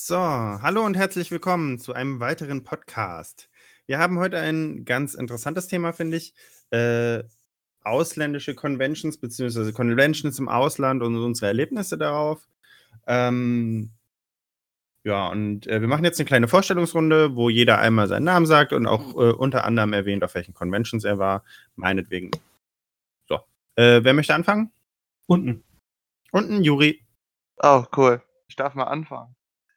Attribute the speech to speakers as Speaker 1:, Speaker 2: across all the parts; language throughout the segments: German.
Speaker 1: So, hallo und herzlich willkommen zu einem weiteren Podcast. Wir haben heute ein ganz interessantes Thema, finde ich. Ausländische Conventions bzw. Conventions im Ausland und unsere Erlebnisse darauf. Wir machen jetzt eine kleine Vorstellungsrunde, wo jeder einmal seinen Namen sagt und auch unter anderem erwähnt, auf welchen Conventions er war. Meinetwegen. So, wer möchte anfangen?
Speaker 2: Unten,
Speaker 1: Juri.
Speaker 3: Oh, cool. Ich darf mal anfangen.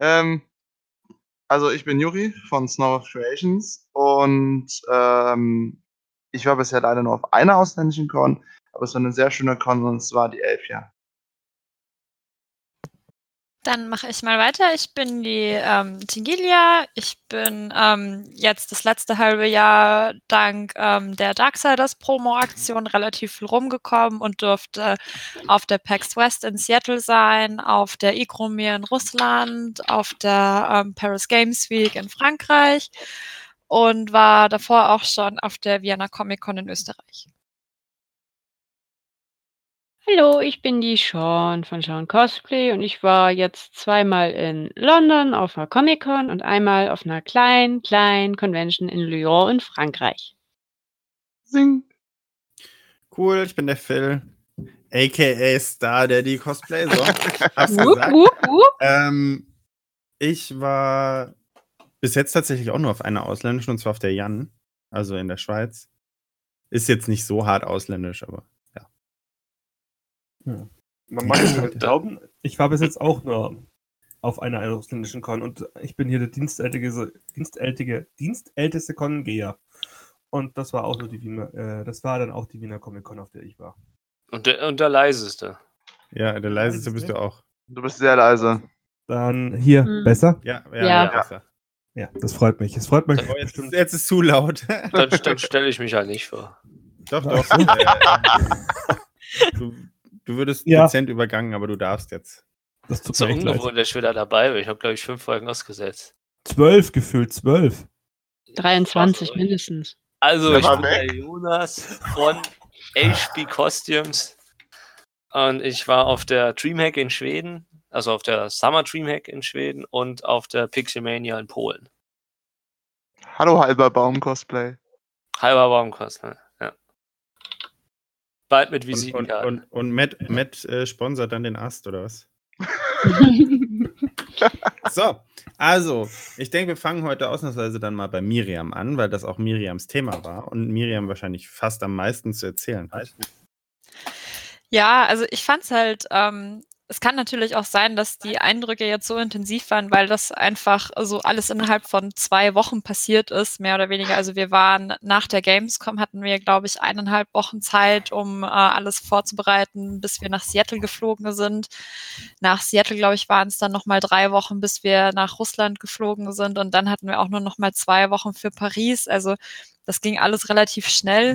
Speaker 3: Also ich bin Juri von Snow of Creations und ich war bisher leider nur auf einer ausländischen Con, aber es war eine sehr schöne Con und es war die Elfia.
Speaker 4: Dann mache ich mal weiter. Ich bin die Tingilia. Ich bin jetzt das letzte halbe Jahr dank der Darksiders Promo-Aktion relativ viel rumgekommen und durfte auf der PAX West in Seattle sein, auf der Igromir in Russland, auf der Paris Games Week in Frankreich und war davor auch schon auf der Vienna Comic Con in Österreich.
Speaker 5: Hallo, ich bin die Sean von Sean Cosplay und ich war jetzt zweimal in London auf einer Comic-Con und einmal auf einer kleinen Convention in Lyon in Frankreich.
Speaker 3: Sing.
Speaker 1: Cool, ich bin der Phil, a.k.a. Star Daddy Cosplay. So, hab's
Speaker 5: Wupp,
Speaker 1: gesagt.
Speaker 5: wupp, wupp.
Speaker 1: Ich war bis jetzt tatsächlich auch nur auf einer ausländischen, und zwar auf der Jan, also in der Schweiz. Ist jetzt nicht so hart ausländisch, aber ja.
Speaker 2: Man mag es nicht glauben, ich war bis jetzt auch nur auf einer ausländischen Con und ich bin hier der dienstälteste Con-Geher. Und das war auch nur das war dann auch die Wiener Comic Con, auf der ich war.
Speaker 6: Und der leiseste.
Speaker 1: Ja, der leiseste bist du auch.
Speaker 3: Du bist sehr leise.
Speaker 2: Dann hier, besser?
Speaker 1: Ja.
Speaker 5: Ja.
Speaker 2: Ja, das freut mich. Es freut mich
Speaker 1: Oh, jetzt ist zu laut.
Speaker 6: Dann stelle ich mich halt nicht vor.
Speaker 1: Doch. Du würdest dezent übergangen, aber du darfst jetzt.
Speaker 2: Das tut
Speaker 6: So
Speaker 2: mir echt leid.
Speaker 6: ungewohnt, dass ich wieder dabei bin. Ich habe, glaube ich, 5 Folgen ausgesetzt.
Speaker 2: 12 gefühlt, 12.
Speaker 5: 23 mindestens.
Speaker 6: Also, ich
Speaker 3: war
Speaker 6: bin der Jonas von HP Costumes und ich war auf der Dreamhack in Schweden, also auf der Summer Dreamhack in Schweden und auf der Pixelmania in Polen.
Speaker 3: Hallo, halber Baum-Cosplay.
Speaker 6: Halber Baumkosten, ja. Bald mit Visitenkarten.
Speaker 1: Und Matt sponsert dann den Ast, oder was? So, also, ich denke, wir fangen heute ausnahmsweise dann mal bei Miriam an, weil das auch Miriams Thema war und Miriam wahrscheinlich fast am meisten zu erzählen hat.
Speaker 4: Ja, also ich fand's halt, es kann natürlich auch sein, dass die Eindrücke jetzt so intensiv waren, weil das einfach so alles innerhalb von 2 Wochen passiert ist, mehr oder weniger. Also wir waren nach der Gamescom, hatten wir, glaube ich, 1,5 Wochen Zeit, um alles vorzubereiten, bis wir nach Seattle geflogen sind. Nach Seattle, glaube ich, waren es dann nochmal 3 Wochen, bis wir nach Russland geflogen sind. Und dann hatten wir auch nur nochmal 2 Wochen für Paris. Also das ging alles relativ schnell.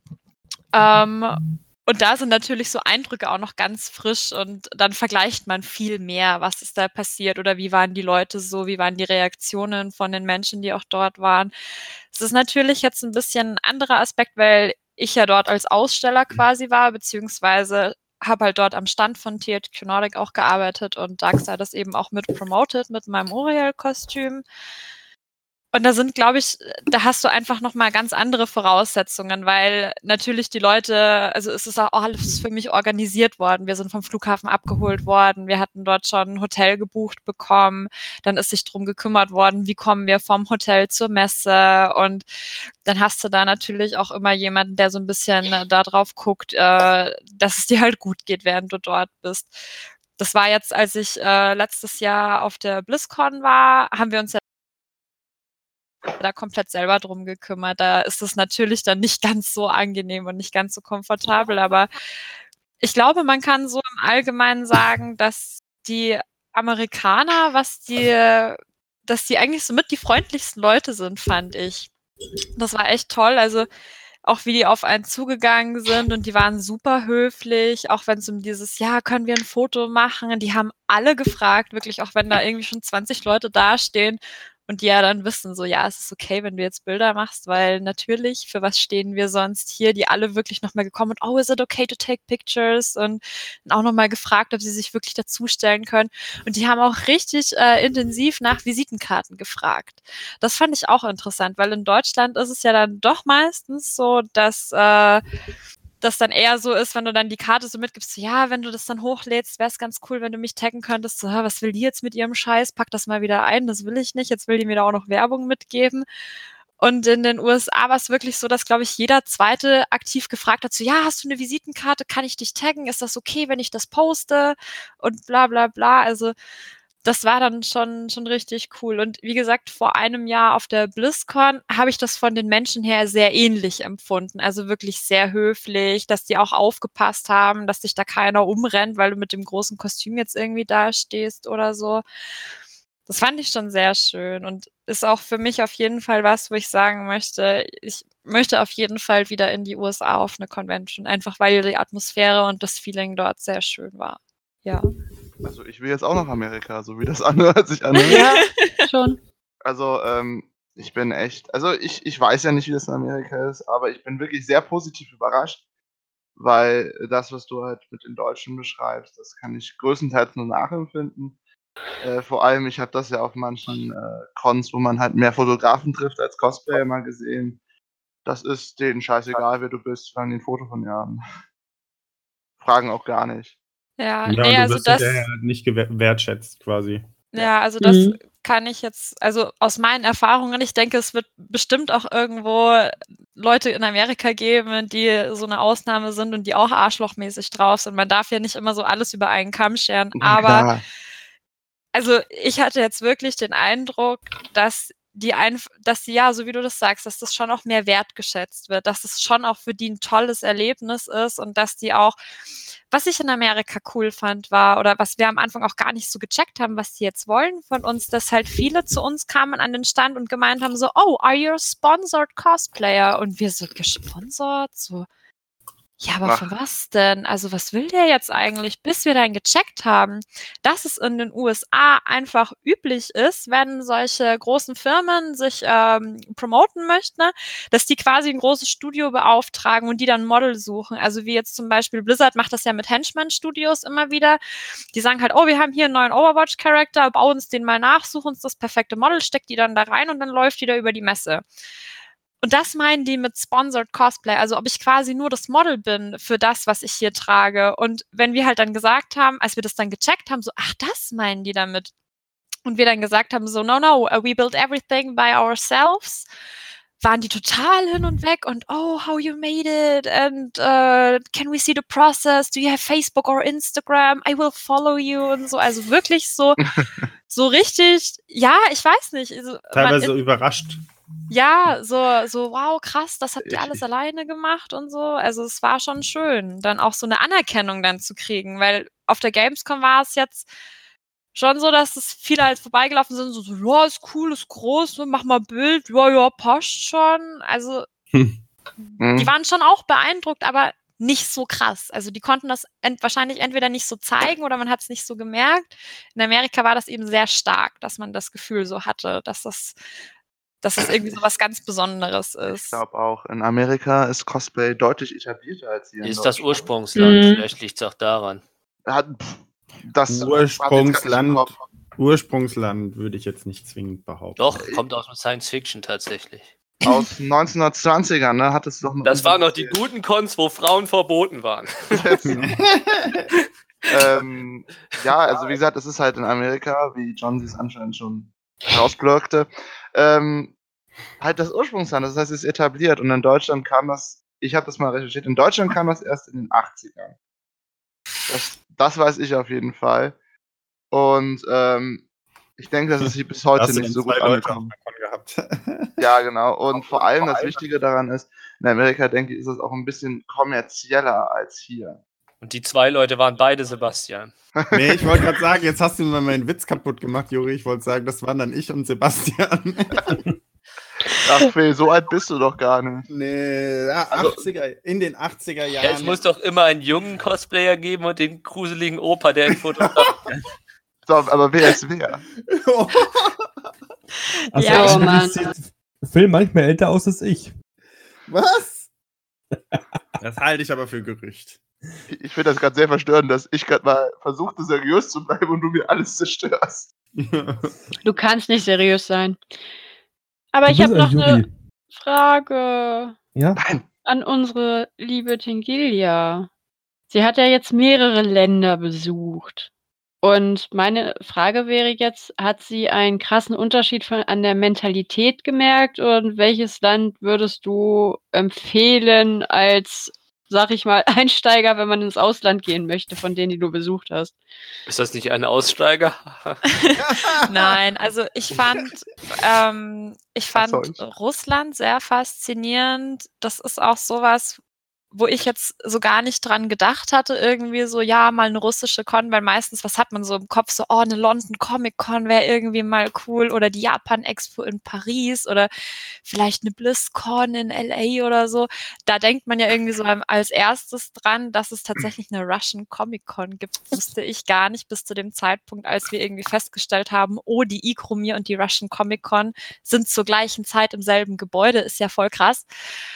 Speaker 4: Und da sind natürlich so Eindrücke auch noch ganz frisch und dann vergleicht man viel mehr, was ist da passiert oder wie waren die Leute so, wie waren die Reaktionen von den Menschen, die auch dort waren. Es ist natürlich jetzt ein bisschen ein anderer Aspekt, weil ich ja dort als Aussteller quasi war, beziehungsweise habe halt dort am Stand von THQ Nordic auch gearbeitet und Darksiders eben auch mit promoted mit meinem Uriel-Kostüm. Und da sind, glaube ich, da hast du einfach nochmal ganz andere Voraussetzungen, weil natürlich die Leute, also es ist auch alles für mich organisiert worden. Wir sind vom Flughafen abgeholt worden, wir hatten dort schon ein Hotel gebucht bekommen, dann ist sich drum gekümmert worden, wie kommen wir vom Hotel zur Messe und dann hast du da natürlich auch immer jemanden, der so ein bisschen da drauf guckt, dass es dir halt gut geht, während du dort bist. Das war jetzt, als ich letztes Jahr auf der BlizzCon war, haben wir uns ja da komplett selber drum gekümmert. Da ist es natürlich dann nicht ganz so angenehm und nicht ganz so komfortabel, aber ich glaube, man kann so im Allgemeinen sagen, dass die Amerikaner, dass die eigentlich so mit die freundlichsten Leute sind, fand ich. Das war echt toll. Also auch wie die auf einen zugegangen sind und die waren super höflich, auch wenn es um dieses, ja, können wir ein Foto machen? Die haben alle gefragt, wirklich, auch wenn da irgendwie schon 20 Leute dastehen. Und die ja dann wissen, so, ja, es ist okay, wenn du jetzt Bilder machst, weil natürlich, für was stehen wir sonst hier, die alle wirklich nochmal gekommen und, oh, is it okay to take pictures? Und auch nochmal gefragt, ob sie sich wirklich dazustellen können. Und die haben auch richtig intensiv nach Visitenkarten gefragt. Das fand ich auch interessant, weil in Deutschland ist es ja dann doch meistens so, dass das dann eher so ist, wenn du dann die Karte so mitgibst, so, ja, wenn du das dann hochlädst, wäre es ganz cool, wenn du mich taggen könntest, so, was will die jetzt mit ihrem Scheiß, pack das mal wieder ein, das will ich nicht, jetzt will die mir da auch noch Werbung mitgeben. Und in den USA war es wirklich so, dass, glaube ich, jeder Zweite aktiv gefragt hat, so, ja, hast du eine Visitenkarte, kann ich dich taggen, ist das okay, wenn ich das poste und bla bla bla, also das war dann schon richtig cool. Und wie gesagt, vor einem Jahr auf der BlizzCon habe ich das von den Menschen her sehr ähnlich empfunden. Also wirklich sehr höflich, dass die auch aufgepasst haben, dass dich da keiner umrennt, weil du mit dem großen Kostüm jetzt irgendwie dastehst oder so. Das fand ich schon sehr schön und ist auch für mich auf jeden Fall was, wo ich sagen möchte, ich möchte auf jeden Fall wieder in die USA auf eine Convention, einfach weil die Atmosphäre und das Feeling dort sehr schön war. Ja.
Speaker 3: Also ich will jetzt auch nach Amerika, so wie das anhört sich anhört.
Speaker 5: Ja, schon.
Speaker 3: Also ich bin echt, also ich weiß ja nicht, wie das in Amerika ist, aber ich bin wirklich sehr positiv überrascht, weil das, was du halt mit den Deutschen beschreibst, das kann ich größtenteils nur nachempfinden. Vor allem, ich habe das ja auf manchen Cons, wo man halt mehr Fotografen trifft als Cosplayer mal gesehen. Das ist denen scheißegal, wer du bist, fangen die ein Foto von dir an. Fragen auch gar nicht.
Speaker 4: Ja,
Speaker 1: Ja,
Speaker 4: nee,
Speaker 1: und du
Speaker 4: also
Speaker 1: wirst
Speaker 4: das,
Speaker 1: ja nicht gewertschätzt quasi.
Speaker 4: ja, also das
Speaker 5: Mhm.
Speaker 4: kann ich jetzt, also aus meinen Erfahrungen, ich denke, es wird bestimmt auch irgendwo Leute in Amerika geben, die so eine Ausnahme sind und die auch arschlochmäßig drauf sind. Man darf ja nicht immer so alles über einen Kamm scheren,
Speaker 3: Na
Speaker 4: aber
Speaker 3: klar.
Speaker 4: also ich hatte jetzt wirklich den Eindruck, dass dass sie, ja, so wie du das sagst, dass das schon auch mehr wertgeschätzt wird, dass es schon auch für die ein tolles Erlebnis ist und dass die auch, was ich in Amerika cool fand, war, oder was wir am Anfang auch gar nicht so gecheckt haben, was die jetzt wollen von uns, dass halt viele zu uns kamen an den Stand und gemeint haben so, oh, are you a sponsored cosplayer? Und wir so, gesponsert? So, ja, aber für was denn? Also was will der jetzt eigentlich? Bis wir dann gecheckt haben, dass es in den USA einfach üblich ist, wenn solche großen Firmen sich promoten möchten, ne, dass die quasi ein großes Studio beauftragen und die dann Model suchen. Also wie jetzt zum Beispiel Blizzard macht das ja mit Henchman Studios immer wieder. Die sagen halt, oh, wir haben hier einen neuen Overwatch-Charakter, bau uns den mal nach, such uns das perfekte Model, steck die dann da rein und dann läuft die da über die Messe. Und das meinen die mit Sponsored Cosplay, also ob ich quasi nur das Model bin für das, was ich hier trage. Und wenn wir halt dann gesagt haben, als wir das dann gecheckt haben, so, ach, das meinen die damit. Und wir dann gesagt haben, so, no, we build everything by ourselves, waren die total hin und weg und, oh, how you made it and can we see the process? Do you have Facebook or Instagram? I will follow you und so. Also wirklich so richtig, ja, ich weiß nicht. Also,
Speaker 1: Teilweise überrascht.
Speaker 4: ja, so, wow, krass, das habt ihr alles alleine gemacht und so. Also es war schon schön, dann auch so eine Anerkennung dann zu kriegen, weil auf der Gamescom war es jetzt schon so, dass es viele halt vorbeigelaufen sind, so, ja, ist cool, ist groß, mach mal Bild, ja, passt schon. Also die waren schon auch beeindruckt, aber nicht so krass. Also die konnten das wahrscheinlich entweder nicht so zeigen oder man hat es nicht so gemerkt. In Amerika war das eben sehr stark, dass man das Gefühl so hatte, dass das irgendwie so was ganz Besonderes
Speaker 3: Ich
Speaker 4: ist.
Speaker 3: glaube auch, in Amerika ist Cosplay deutlich etablierter als hier in
Speaker 6: Ist das
Speaker 3: Deutschland.
Speaker 6: Ursprungsland,
Speaker 5: Mhm.
Speaker 6: vielleicht liegt es auch daran.
Speaker 1: Ursprungsland würde ich jetzt nicht zwingend behaupten.
Speaker 6: Doch, kommt aus dem Science Fiction tatsächlich.
Speaker 3: Aus 1920ern, ne, hat es doch noch.
Speaker 6: Das waren noch die guten Cons, wo Frauen verboten waren.
Speaker 3: Ja, also wie gesagt, es ist halt in Amerika, wie John es anscheinend schon rausblöckte, halt das Ursprungsland, das heißt, es ist etabliert und in Deutschland kam das, ich habe das mal recherchiert, in Deutschland kam das erst in den 80ern. Das weiß ich auf jeden Fall. Und ich denke, dass es sich bis heute nicht so gut angekommen
Speaker 1: gehabt.
Speaker 3: Ja, genau. Und vor allem das Wichtige daran ist, in Amerika, denke ich, ist es auch ein bisschen kommerzieller als hier.
Speaker 6: Und die 2 Leute waren beide Sebastian.
Speaker 1: Nee, ich wollte gerade sagen, jetzt hast du mir meinen Witz kaputt gemacht, Juri. Ich wollte sagen, das waren dann ich und Sebastian.
Speaker 3: Ach, Phil, so alt bist du doch gar nicht.
Speaker 1: Nee, ja, 80er, in den 80er Jahren.
Speaker 6: Ja, es muss doch immer einen jungen Cosplayer geben und den gruseligen Opa, der ein Foto macht.
Speaker 3: So, aber wer ist wer?
Speaker 2: Also
Speaker 4: Ja,
Speaker 5: oh Mann.
Speaker 2: sieht Phil manchmal älter aus als ich.
Speaker 1: Was? Das halte ich aber für Gerücht.
Speaker 3: Ich finde das gerade sehr verstörend, dass ich gerade mal versuchte, seriös zu bleiben und du mir alles zerstörst.
Speaker 5: Du kannst nicht seriös sein. Aber
Speaker 2: Du
Speaker 5: ich habe
Speaker 2: bist
Speaker 5: noch
Speaker 2: ein
Speaker 5: eine
Speaker 2: Yuri.
Speaker 5: Frage
Speaker 2: Ja?
Speaker 3: Nein.
Speaker 5: an unsere liebe Tingilia. Sie hat ja jetzt mehrere Länder besucht. Und meine Frage wäre jetzt, hat sie einen krassen Unterschied an der Mentalität gemerkt? Und welches Land würdest du empfehlen als, sag ich mal, Einsteiger, wenn man ins Ausland gehen möchte, von denen, die du besucht hast?
Speaker 6: Ist das nicht ein Aussteiger?
Speaker 4: Nein, also ich fand
Speaker 3: sorry.
Speaker 4: Russland sehr faszinierend. Das ist auch sowas, wo ich jetzt so gar nicht dran gedacht hatte, irgendwie so, ja, mal eine russische Con, weil meistens, was hat man so im Kopf, so, oh, eine London Comic Con wäre irgendwie mal cool oder die Japan Expo in Paris oder vielleicht eine BlizzCon in LA oder so. Da denkt man ja irgendwie so als erstes dran, dass es tatsächlich eine Russian Comic Con gibt. Wusste ich gar nicht bis zu dem Zeitpunkt, als wir irgendwie festgestellt haben, oh, die Ikromir und die Russian Comic Con sind zur gleichen Zeit im selben Gebäude, ist ja voll krass.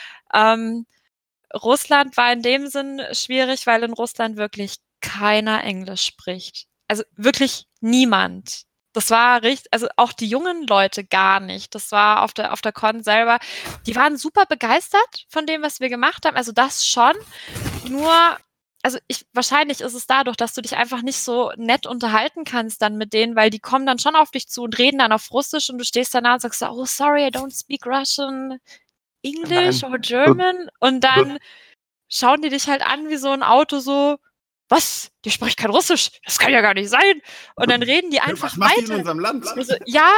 Speaker 4: Russland war in dem Sinn schwierig, weil in Russland wirklich keiner Englisch spricht. Also wirklich niemand. Das war richtig, also auch die jungen Leute gar nicht. Das war auf der Con selber. Die waren super begeistert von dem, was wir gemacht haben. Also das schon. Nur, also wahrscheinlich ist es dadurch, dass du dich einfach nicht so nett unterhalten kannst dann mit denen, weil die kommen dann schon auf dich zu und reden dann auf Russisch und du stehst danach und sagst, oh, sorry, I don't speak Russian. English or German und dann schauen die dich halt an wie so ein Auto so, was? Die spricht kein Russisch? Das kann ja gar nicht sein. Und dann reden die einfach
Speaker 1: Was macht die in
Speaker 4: weiter.
Speaker 1: unserem Land?
Speaker 4: Also, ja,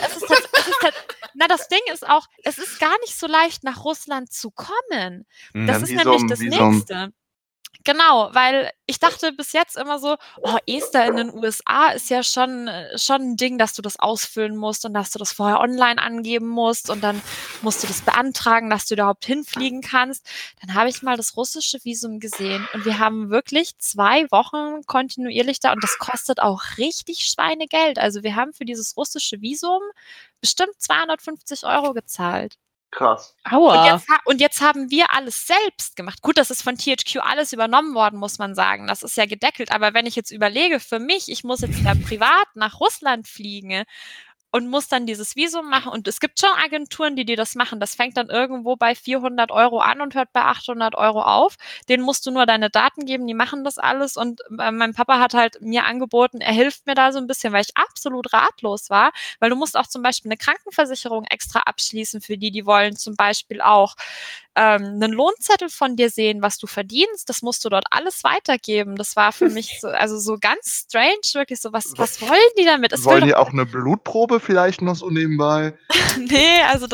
Speaker 4: nein, das Ding ist auch, es ist gar nicht so leicht, nach Russland zu kommen. Das ist nämlich das Nächste. Genau, weil ich dachte bis jetzt immer so, oh, Esther in den USA ist ja schon ein Ding, dass du das ausfüllen musst und dass du das vorher online angeben musst und dann musst du das beantragen, dass du überhaupt hinfliegen kannst. Dann habe ich mal das russische Visum gesehen und wir haben wirklich 2 Wochen kontinuierlich da und das kostet auch richtig Schweinegeld. Also wir haben für dieses russische Visum bestimmt 250 € gezahlt.
Speaker 3: Krass.
Speaker 5: Aua.
Speaker 4: Und jetzt haben wir alles selbst gemacht. Gut, das ist von THQ alles übernommen worden, muss man sagen. Das ist ja gedeckelt. Aber wenn ich jetzt überlege, für mich, ich muss jetzt da privat nach Russland fliegen und muss dann dieses Visum machen. Und es gibt schon Agenturen, die das machen. Das fängt dann irgendwo bei 400 € an und hört bei 800 € auf. Denen musst du nur deine Daten geben, die machen das alles. Und mein Papa hat halt mir angeboten, er hilft mir da so ein bisschen, weil ich absolut ratlos war. Weil du musst auch zum Beispiel eine Krankenversicherung extra abschließen für die wollen zum Beispiel auch einen Lohnzettel von dir sehen, was du verdienst. Das musst du dort alles weitergeben. Das war für mich so ganz strange, wirklich so, was wollen die damit?
Speaker 3: Wollen die auch eine Blutprobe vielleicht noch so nebenbei?
Speaker 4: Nee, also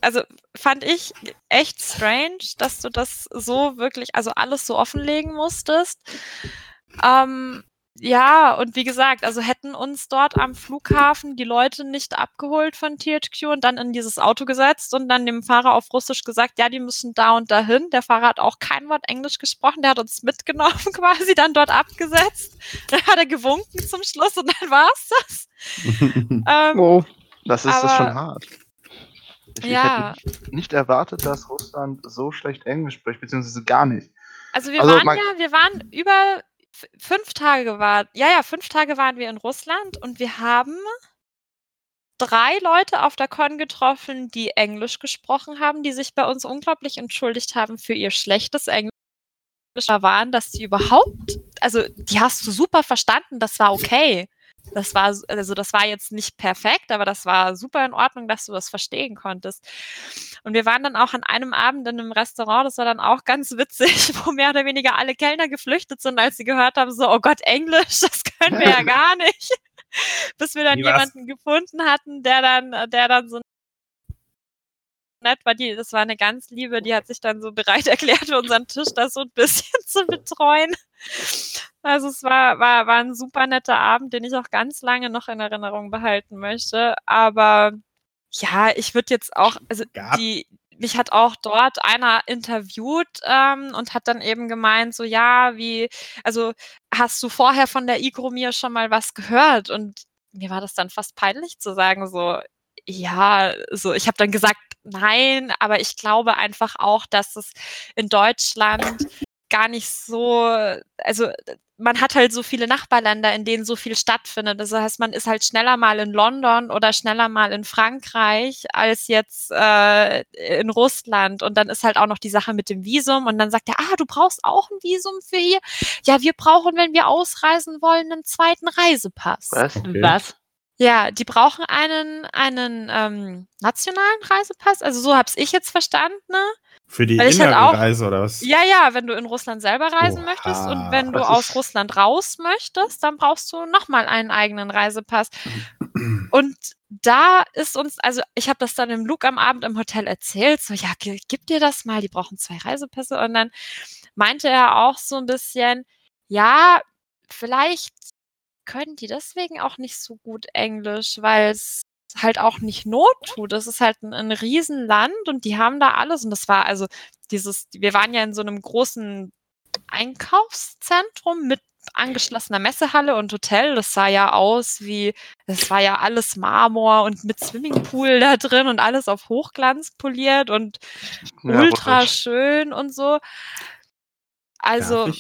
Speaker 4: fand ich echt strange, dass du das so wirklich, also alles so offenlegen musstest. Ja, und wie gesagt, also hätten uns dort am Flughafen die Leute nicht abgeholt von THQ und dann in dieses Auto gesetzt und dann dem Fahrer auf Russisch gesagt, ja, die müssen da und dahin. Der Fahrer hat auch kein Wort Englisch gesprochen, der hat uns mitgenommen quasi, dann dort abgesetzt. Dann hat er gewunken zum Schluss und dann war's das.
Speaker 5: Oh.
Speaker 3: Das ist das schon hart. Ich
Speaker 4: Ja.
Speaker 3: hätte nicht erwartet, dass Russland so schlecht Englisch spricht, beziehungsweise gar nicht.
Speaker 4: Also wir waren über 5 Tage 5 Tage waren wir in Russland und wir haben 3 Leute auf der Con getroffen, die Englisch gesprochen haben, die sich bei uns unglaublich entschuldigt haben für ihr schlechtes Englisch. Waren, dass die überhaupt, also die hast du super verstanden, das war okay. Das war jetzt nicht perfekt, aber das war super in Ordnung, dass du das verstehen konntest. Und wir waren dann auch an einem Abend in einem Restaurant, das war dann auch ganz witzig, wo mehr oder weniger alle Kellner geflüchtet sind, als sie gehört haben, so, oh Gott, Englisch, das können wir ja gar nicht. Bis wir dann jemanden gefunden hatten, der dann so nett war. Das war eine ganz liebe, die hat sich dann so bereit erklärt, für unseren Tisch das so ein bisschen zu betreuen. Also es war ein super netter Abend, den ich auch ganz lange noch in Erinnerung behalten möchte. Aber ja, ich würde jetzt auch, also mich hat auch dort einer interviewt und hat dann eben gemeint, so ja, also hast du vorher von der Ikromir schon mal was gehört? Und mir war das dann fast peinlich zu sagen, so ja, so, ich habe dann gesagt, nein, aber ich glaube einfach auch, dass es in Deutschland gar nicht so, also man hat halt so viele Nachbarländer, in denen so viel stattfindet. Das heißt, man ist halt schneller mal in London oder schneller mal in Frankreich als jetzt in Russland. Und dann ist halt auch noch die Sache mit dem Visum. Und dann sagt er, du brauchst auch ein Visum für hier? Ja, wir brauchen, wenn wir ausreisen wollen, einen zweiten Reisepass.
Speaker 3: Was?
Speaker 1: Okay.
Speaker 5: Was?
Speaker 4: Ja, die brauchen einen nationalen Reisepass. Also so habe ich jetzt verstanden, ne?
Speaker 1: Für die
Speaker 4: Weil ich halt
Speaker 1: innere
Speaker 4: auch-
Speaker 1: Reise oder was?
Speaker 4: Ja, wenn du in Russland selber reisen
Speaker 1: Oha,
Speaker 4: möchtest und wenn du
Speaker 3: das
Speaker 4: aus
Speaker 3: ist-
Speaker 4: Russland raus möchtest, dann brauchst du nochmal einen eigenen Reisepass. Und da ist uns, also ich habe das dann dem Luke am Abend im Hotel erzählt, so, ja, gib dir das mal, die brauchen 2 Reisepässe. Und dann meinte er auch so ein bisschen, ja, vielleicht können die deswegen auch nicht so gut Englisch, weil es halt auch nicht Not tut. Das ist halt ein Riesenland und die haben da alles. Und das war also wir waren ja in so einem großen Einkaufszentrum mit angeschlossener Messehalle und Hotel. Das sah ja aus das war ja alles Marmor und mit Swimmingpool da drin und alles auf Hochglanz poliert und
Speaker 3: Ja,
Speaker 4: ultra
Speaker 3: Russisch.
Speaker 4: schön und so. Also,
Speaker 1: Darf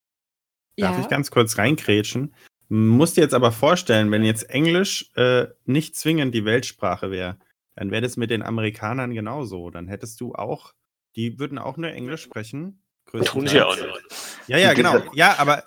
Speaker 4: ja.
Speaker 1: ich ganz kurz reinkrätschen? Musst dir jetzt aber vorstellen, wenn jetzt Englisch nicht zwingend die Weltsprache wäre, dann wäre das mit den Amerikanern genauso. Dann hättest du auch, die würden auch nur Englisch sprechen.
Speaker 6: Tun sie auch nicht.
Speaker 1: Ja, genau. Ja, aber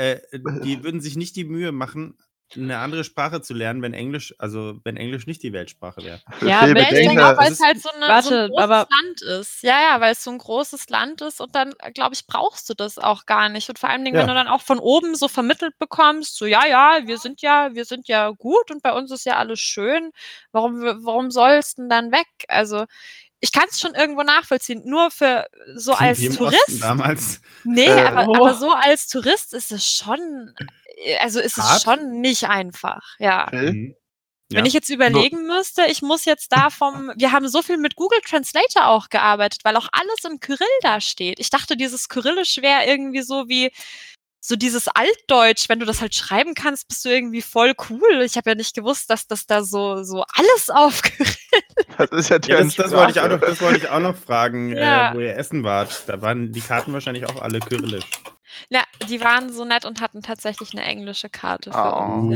Speaker 1: die würden sich nicht die Mühe machen, eine andere Sprache zu lernen, wenn Englisch nicht die Weltsprache wäre.
Speaker 5: Ja,
Speaker 3: Phil,
Speaker 5: aber
Speaker 4: Ja, ich denke
Speaker 3: bedenke,
Speaker 4: auch, weil
Speaker 1: das
Speaker 4: es halt so ein
Speaker 5: Warte,
Speaker 4: großes
Speaker 5: aber-
Speaker 4: Land ist. Ja, weil es so ein großes Land ist und dann, glaube ich, brauchst du das auch gar nicht. Und vor allen Dingen,
Speaker 1: Ja.
Speaker 4: wenn du dann auch von oben so vermittelt bekommst, so, wir sind ja gut und bei uns ist ja alles schön. Warum sollst du denn dann weg? Also, ich kann es schon irgendwo nachvollziehen. Nur für so als
Speaker 1: Wie im Osten
Speaker 4: Tourist.
Speaker 1: damals.
Speaker 4: Nee, aber
Speaker 5: Oh.
Speaker 4: so als Tourist ist es schon, also ist es
Speaker 1: Hart?
Speaker 4: schon nicht einfach, ja.
Speaker 3: Phil,
Speaker 1: Mhm.
Speaker 4: Wenn
Speaker 1: Ja.
Speaker 4: ich jetzt überlegen müsste, ich muss jetzt wir haben so viel mit Google Translator auch gearbeitet, weil auch alles im Kyrill da steht. Ich dachte, dieses Kyrillisch wäre irgendwie so wie so dieses Altdeutsch. Wenn du das halt schreiben kannst, bist du irgendwie voll cool. Ich habe ja nicht gewusst, dass das da so alles auf Kyrill.
Speaker 3: das ist ja
Speaker 1: Ja,
Speaker 3: deren
Speaker 1: das wollte
Speaker 3: Sprache.
Speaker 1: ich auch noch fragen,
Speaker 4: Ja.
Speaker 1: wo ihr essen wart. Da waren die Karten wahrscheinlich auch alle kyrillisch.
Speaker 4: Ja, die waren so nett und hatten tatsächlich eine englische Karte für
Speaker 3: Oh.
Speaker 4: uns.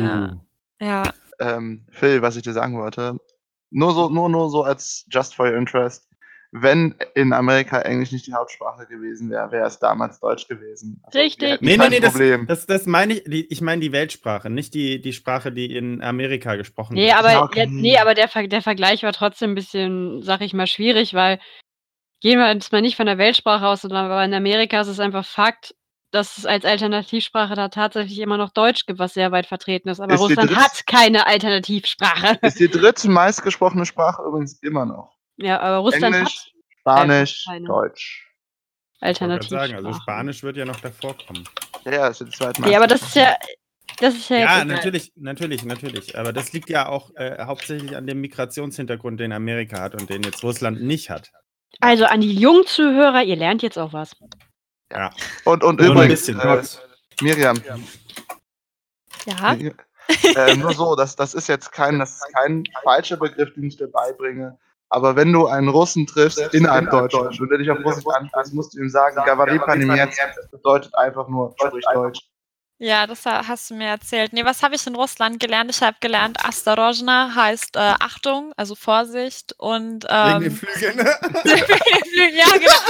Speaker 4: Ja.
Speaker 3: Phil, was ich dir sagen wollte, nur so als just for your interest, wenn in Amerika Englisch nicht die Hauptsprache gewesen wäre, wäre es damals Deutsch gewesen. Also
Speaker 5: Richtig.
Speaker 3: wir hätten
Speaker 1: Nee,
Speaker 3: kein
Speaker 1: nee,
Speaker 3: Problem.
Speaker 1: das meine ich, ich meine die Weltsprache, nicht die Sprache, die in Amerika gesprochen
Speaker 5: Nee,
Speaker 1: wird.
Speaker 5: aber,
Speaker 3: Ja, okay.
Speaker 5: der Vergleich war trotzdem ein bisschen, sag ich mal, schwierig, weil gehen wir jetzt mal nicht von der Weltsprache aus, sondern aber in Amerika ist es einfach Fakt, dass es als Alternativsprache da tatsächlich immer noch Deutsch gibt, was sehr weit vertreten ist. Aber
Speaker 3: Ist die
Speaker 5: Russland hat keine Alternativsprache.
Speaker 3: Ist die dritte meistgesprochene Sprache übrigens immer noch.
Speaker 5: Ja, aber Russland
Speaker 3: Englisch, Spanisch,
Speaker 5: keine.
Speaker 3: Deutsch.
Speaker 5: hat
Speaker 1: Ich wollte gerade
Speaker 5: Alternativsprache.
Speaker 1: sagen, also Spanisch wird ja noch davor kommen.
Speaker 3: Ja, das ist die zweite
Speaker 5: Ja, aber das ist ja
Speaker 1: Ja,
Speaker 5: jetzt egal.
Speaker 1: natürlich. Aber das liegt ja auch hauptsächlich an dem Migrationshintergrund, den Amerika hat und den jetzt Russland nicht hat.
Speaker 5: Also an die jungen Zuhörer, ihr lernt jetzt auch was.
Speaker 1: Ja.
Speaker 3: Und
Speaker 1: Nur ein
Speaker 3: übrigens,
Speaker 1: bisschen.
Speaker 3: Miriam,
Speaker 4: Ja.
Speaker 3: nur so, das ist jetzt kein falscher Begriff, den ich dir beibringe. Aber wenn du einen Russen triffst innerhalb Deutschlands und der dich auf Russisch anspricht, musst du ihm sagen, Gavary Panimets, das bedeutet einfach nur, sprich Deutsch.
Speaker 4: Ja, das hast du mir erzählt. Nee, was habe ich in Russland gelernt? Ich habe gelernt, Astorojna heißt Achtung, also Vorsicht und
Speaker 1: Wegen den Flügeln, ne?
Speaker 4: ja,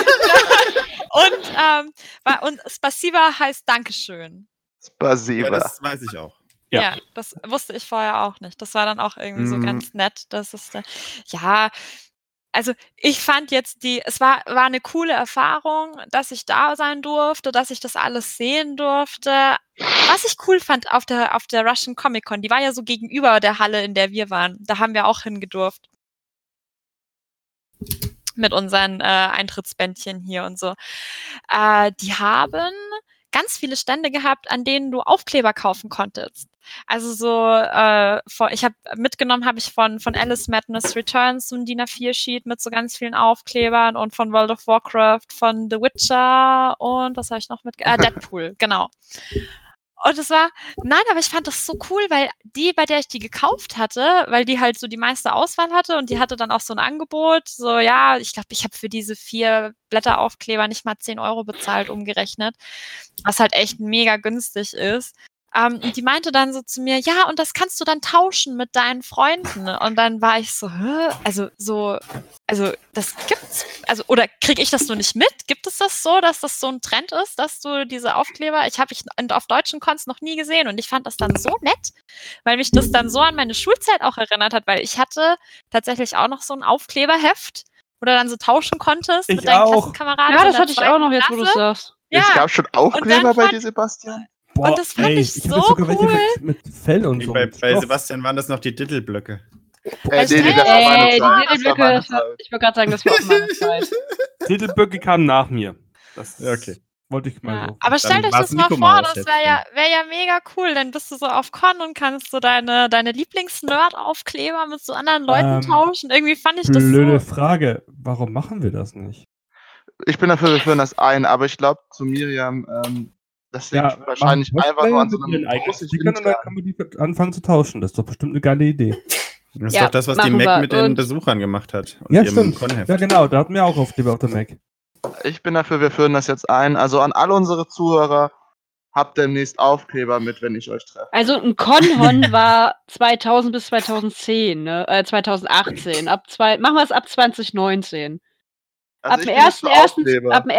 Speaker 4: genau. Und Spasiba heißt Dankeschön.
Speaker 3: Spasiba.
Speaker 1: Ja, das weiß ich auch.
Speaker 4: Ja. Das wusste ich vorher auch nicht. Das war dann auch irgendwie so ganz nett. Das ist ja, also ich fand jetzt es war eine coole Erfahrung, dass ich da sein durfte, dass ich das alles sehen durfte. Was ich cool fand auf der Russian Comic Con, die war ja so gegenüber der Halle, in der wir waren. Da haben wir auch hingedurft. Mit unseren Eintrittsbändchen hier und so. Die haben ganz viele Stände gehabt, an denen du Aufkleber kaufen konntest. Also so, ich habe mitgenommen, von Alice Madness Returns so ein DIN A4-Sheet mit so ganz vielen Aufklebern und von World of Warcraft, von The Witcher und was habe ich noch mit? Deadpool, genau. Und es war, nein, aber ich fand das so cool, weil die, bei der ich die gekauft hatte, weil die halt so die meiste Auswahl hatte und die hatte dann auch so ein Angebot, so, ja, ich glaube, ich habe für diese 4 Blätteraufkleber nicht mal 10 € bezahlt, umgerechnet, was halt echt mega günstig ist. Und die meinte dann so zu mir, ja, und das kannst du dann tauschen mit deinen Freunden. Und dann war ich so, hä? Also das gibt's, also, oder kriege ich das nur nicht mit? Gibt es das so, dass das so ein Trend ist, dass du diese Aufkleber, ich auf deutschen Cons noch nie gesehen und ich fand das dann so nett, weil mich das dann so an meine Schulzeit auch erinnert hat, weil ich hatte tatsächlich auch noch so ein Aufkleberheft, wo du dann so tauschen konntest
Speaker 2: Ich
Speaker 4: mit deinen
Speaker 2: auch.
Speaker 4: Klassenkameraden.
Speaker 5: Ja,
Speaker 4: in
Speaker 5: das
Speaker 4: der
Speaker 5: hatte ich auch noch,
Speaker 4: 2.
Speaker 5: jetzt wo du es
Speaker 4: Klasse.
Speaker 5: sagst.
Speaker 3: Es
Speaker 4: Ja,
Speaker 3: gab schon Aufkleber
Speaker 4: dann
Speaker 3: bei
Speaker 4: fand-
Speaker 3: dir, Sebastian?
Speaker 4: Und das fand ich
Speaker 2: hab
Speaker 4: so
Speaker 2: jetzt sogar welche
Speaker 4: cool.
Speaker 2: mit Fell und so.
Speaker 1: Bei
Speaker 2: mit Stoff.
Speaker 1: Sebastian waren das noch die Dittelblöcke.
Speaker 4: Also
Speaker 3: Nee,
Speaker 4: stell
Speaker 3: das
Speaker 4: dir
Speaker 3: war meine
Speaker 5: Die
Speaker 3: Zeit. Das war
Speaker 5: Titelblöcke,
Speaker 3: meine
Speaker 5: ich
Speaker 3: Zeit.
Speaker 5: wollte gerade sagen, das war auch meine Zeit.
Speaker 2: Titelblöcke kamen nach mir. Das
Speaker 1: Ja, okay.
Speaker 2: wollte ich mal
Speaker 4: Ja,
Speaker 2: so.
Speaker 4: aber stellt euch
Speaker 1: war's
Speaker 4: das mal
Speaker 1: Nico
Speaker 4: vor,
Speaker 1: Maus
Speaker 4: das
Speaker 1: jetzt,
Speaker 4: wär ja mega cool. Dann bist du so auf Con und kannst so deine Lieblings-Nerd-Aufkleber mit so anderen Leuten tauschen. Irgendwie fand ich das
Speaker 2: Blöde
Speaker 4: so.
Speaker 2: Frage. Warum machen wir das nicht?
Speaker 3: Ich bin dafür, wir führen das ein, aber ich glaube zu Miriam, das liegt wahrscheinlich
Speaker 2: machen
Speaker 3: einfach nur an so
Speaker 2: Cosplayer
Speaker 3: einem
Speaker 2: mit ihren eigenen
Speaker 3: großen
Speaker 2: Stickern und dann kann man die anfangen zu tauschen. Das ist doch bestimmt eine geile Idee.
Speaker 1: Das ist
Speaker 5: Ja,
Speaker 1: doch das, was die
Speaker 5: machen
Speaker 1: Mac
Speaker 5: wir.
Speaker 1: mit den
Speaker 5: Und-
Speaker 1: Besuchern gemacht hat. Und
Speaker 2: Ja,
Speaker 1: ihrem
Speaker 2: stimmt.
Speaker 1: Conheft.
Speaker 2: Ja, genau. Da hatten wir auch Aufkleber auf der Mac.
Speaker 3: Ich bin dafür, wir führen das jetzt ein. Also an alle unsere Zuhörer, habt demnächst Aufkleber mit, wenn ich euch treffe.
Speaker 5: Also ein Con-Hon war 2000 bis 2010, ne? 2018. Machen wir es ab 2019.
Speaker 3: Also
Speaker 5: ab
Speaker 3: ich
Speaker 5: dem
Speaker 3: bin jetzt für
Speaker 5: 1.1.
Speaker 3: Aufkleber.
Speaker 5: Ab dem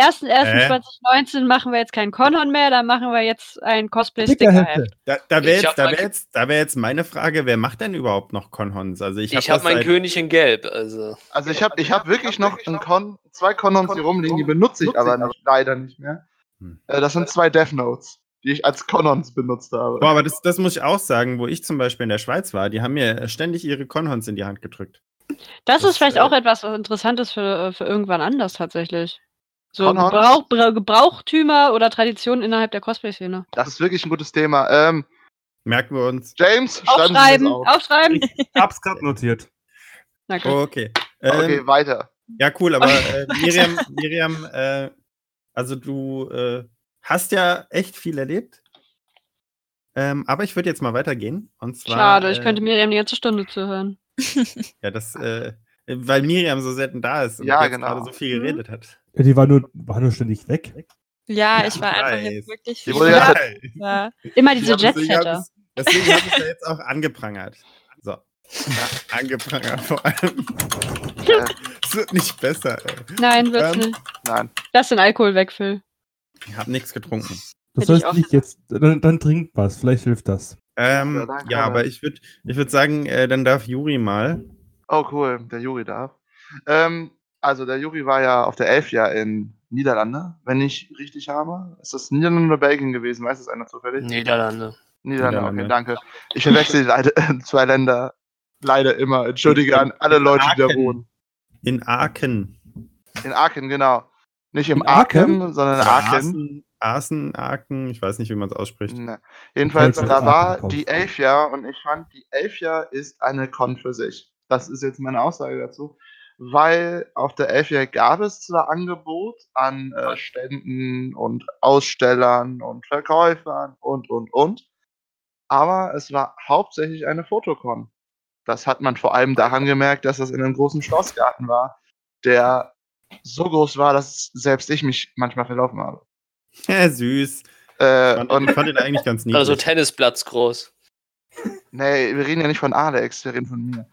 Speaker 5: 1.1.2019 machen wir jetzt kein Con-Hon mehr, dann machen wir jetzt ein Cosplay-Sticker-Heft.
Speaker 1: Da wäre
Speaker 6: Ich hab
Speaker 1: wär jetzt meine Frage, wer macht denn überhaupt noch Con-Hons? Also ich
Speaker 6: Ich
Speaker 1: habe
Speaker 6: habe meinen König in Gelb, also.
Speaker 3: Also ich hab wirklich noch zwei Con-Hons hier rumliegen, die benutze ich aber leider nicht mehr. Das sind 2 Death Notes, die ich als Con-Hons benutzt habe.
Speaker 1: Boah, aber das muss ich auch sagen, wo ich zum Beispiel in der Schweiz war, die haben mir ständig ihre Con-Hons in die Hand gedrückt.
Speaker 5: Das ist vielleicht auch etwas, was interessant ist für irgendwann anders tatsächlich. So
Speaker 3: Con-Hons?
Speaker 5: Gebrauchtümer oder Traditionen innerhalb der Cosplay-Szene.
Speaker 3: Das ist wirklich ein gutes Thema.
Speaker 1: Merken wir uns.
Speaker 3: James, schreiben Sie das auf.
Speaker 5: Aufschreiben.
Speaker 2: Ich hab's gerade notiert.
Speaker 5: Danke.
Speaker 1: Okay.
Speaker 3: Okay, weiter.
Speaker 1: Ja, cool, aber Miriam, also du hast ja echt viel erlebt. Aber ich würde jetzt mal weitergehen. Und zwar,
Speaker 5: Schade, ich könnte Miriam die ganze Stunde zuhören.
Speaker 1: Ja, weil Miriam so selten da ist und
Speaker 3: Ja,
Speaker 1: jetzt
Speaker 3: genau.
Speaker 1: gerade so viel geredet hat.
Speaker 2: Ja, die war nur ständig weg.
Speaker 4: Ja, ich war
Speaker 1: ich
Speaker 4: einfach
Speaker 1: weiß.
Speaker 4: jetzt wirklich
Speaker 3: Die wurde ja-
Speaker 4: ja.
Speaker 5: Immer diese
Speaker 1: Deswegen hab
Speaker 5: Jetsetter.
Speaker 1: Deswegen habe ich da jetzt auch angeprangert. So. Ja, angeprangert vor allem. Es wird nicht besser, ey.
Speaker 5: Nein, wird's
Speaker 1: Ähm,
Speaker 5: nicht.
Speaker 3: Nein.
Speaker 5: Lass den Alkohol weg, Phil.
Speaker 1: Ich habe nichts getrunken.
Speaker 2: Du
Speaker 5: Hätte ich
Speaker 2: sollst
Speaker 5: auch
Speaker 2: nicht jetzt. Dann trink was. Vielleicht hilft das.
Speaker 3: danke.
Speaker 1: Ja, aber ich würd sagen, dann darf Juri mal.
Speaker 3: Oh, cool, der Juri darf. Also der Juri war ja auf der 11 ja in Niederlande, wenn ich richtig habe. Ist das Niederlande oder Belgien gewesen? Weiß das einer zufällig?
Speaker 6: Niederlande.
Speaker 3: Niederlande, okay,
Speaker 1: Niederlande.
Speaker 3: danke. Ich verwechsel leider 2 Länder leider immer. Entschuldige an alle Leute, die da
Speaker 1: Aachen.
Speaker 3: wohnen.
Speaker 1: In Aachen.
Speaker 3: In Aachen, genau. Nicht im
Speaker 2: In Aachen?
Speaker 3: Aachen, sondern in Aachen.
Speaker 1: Aachen, ich weiß nicht, wie man es ausspricht.
Speaker 3: Ne. Jedenfalls,
Speaker 2: Falls
Speaker 3: da
Speaker 2: man
Speaker 3: war
Speaker 2: Aachen
Speaker 3: die
Speaker 2: kauft.
Speaker 3: 11 ja und ich fand, die 11 ja ist eine Con für sich. Das ist jetzt meine Aussage dazu. Weil auf der 11 ja gab es zwar Angebot an Ständen und Ausstellern und Verkäufern und, aber es war hauptsächlich eine Fotocon. Das hat man vor allem daran gemerkt, dass das in einem großen Schlossgarten war, der so groß war, dass selbst ich mich manchmal verlaufen habe.
Speaker 1: Ja, süß.
Speaker 3: Und
Speaker 1: Ich fand den eigentlich ganz niedlich.
Speaker 6: Also Tennisplatz groß.
Speaker 3: nee, wir reden ja nicht von Alex, wir reden von mir.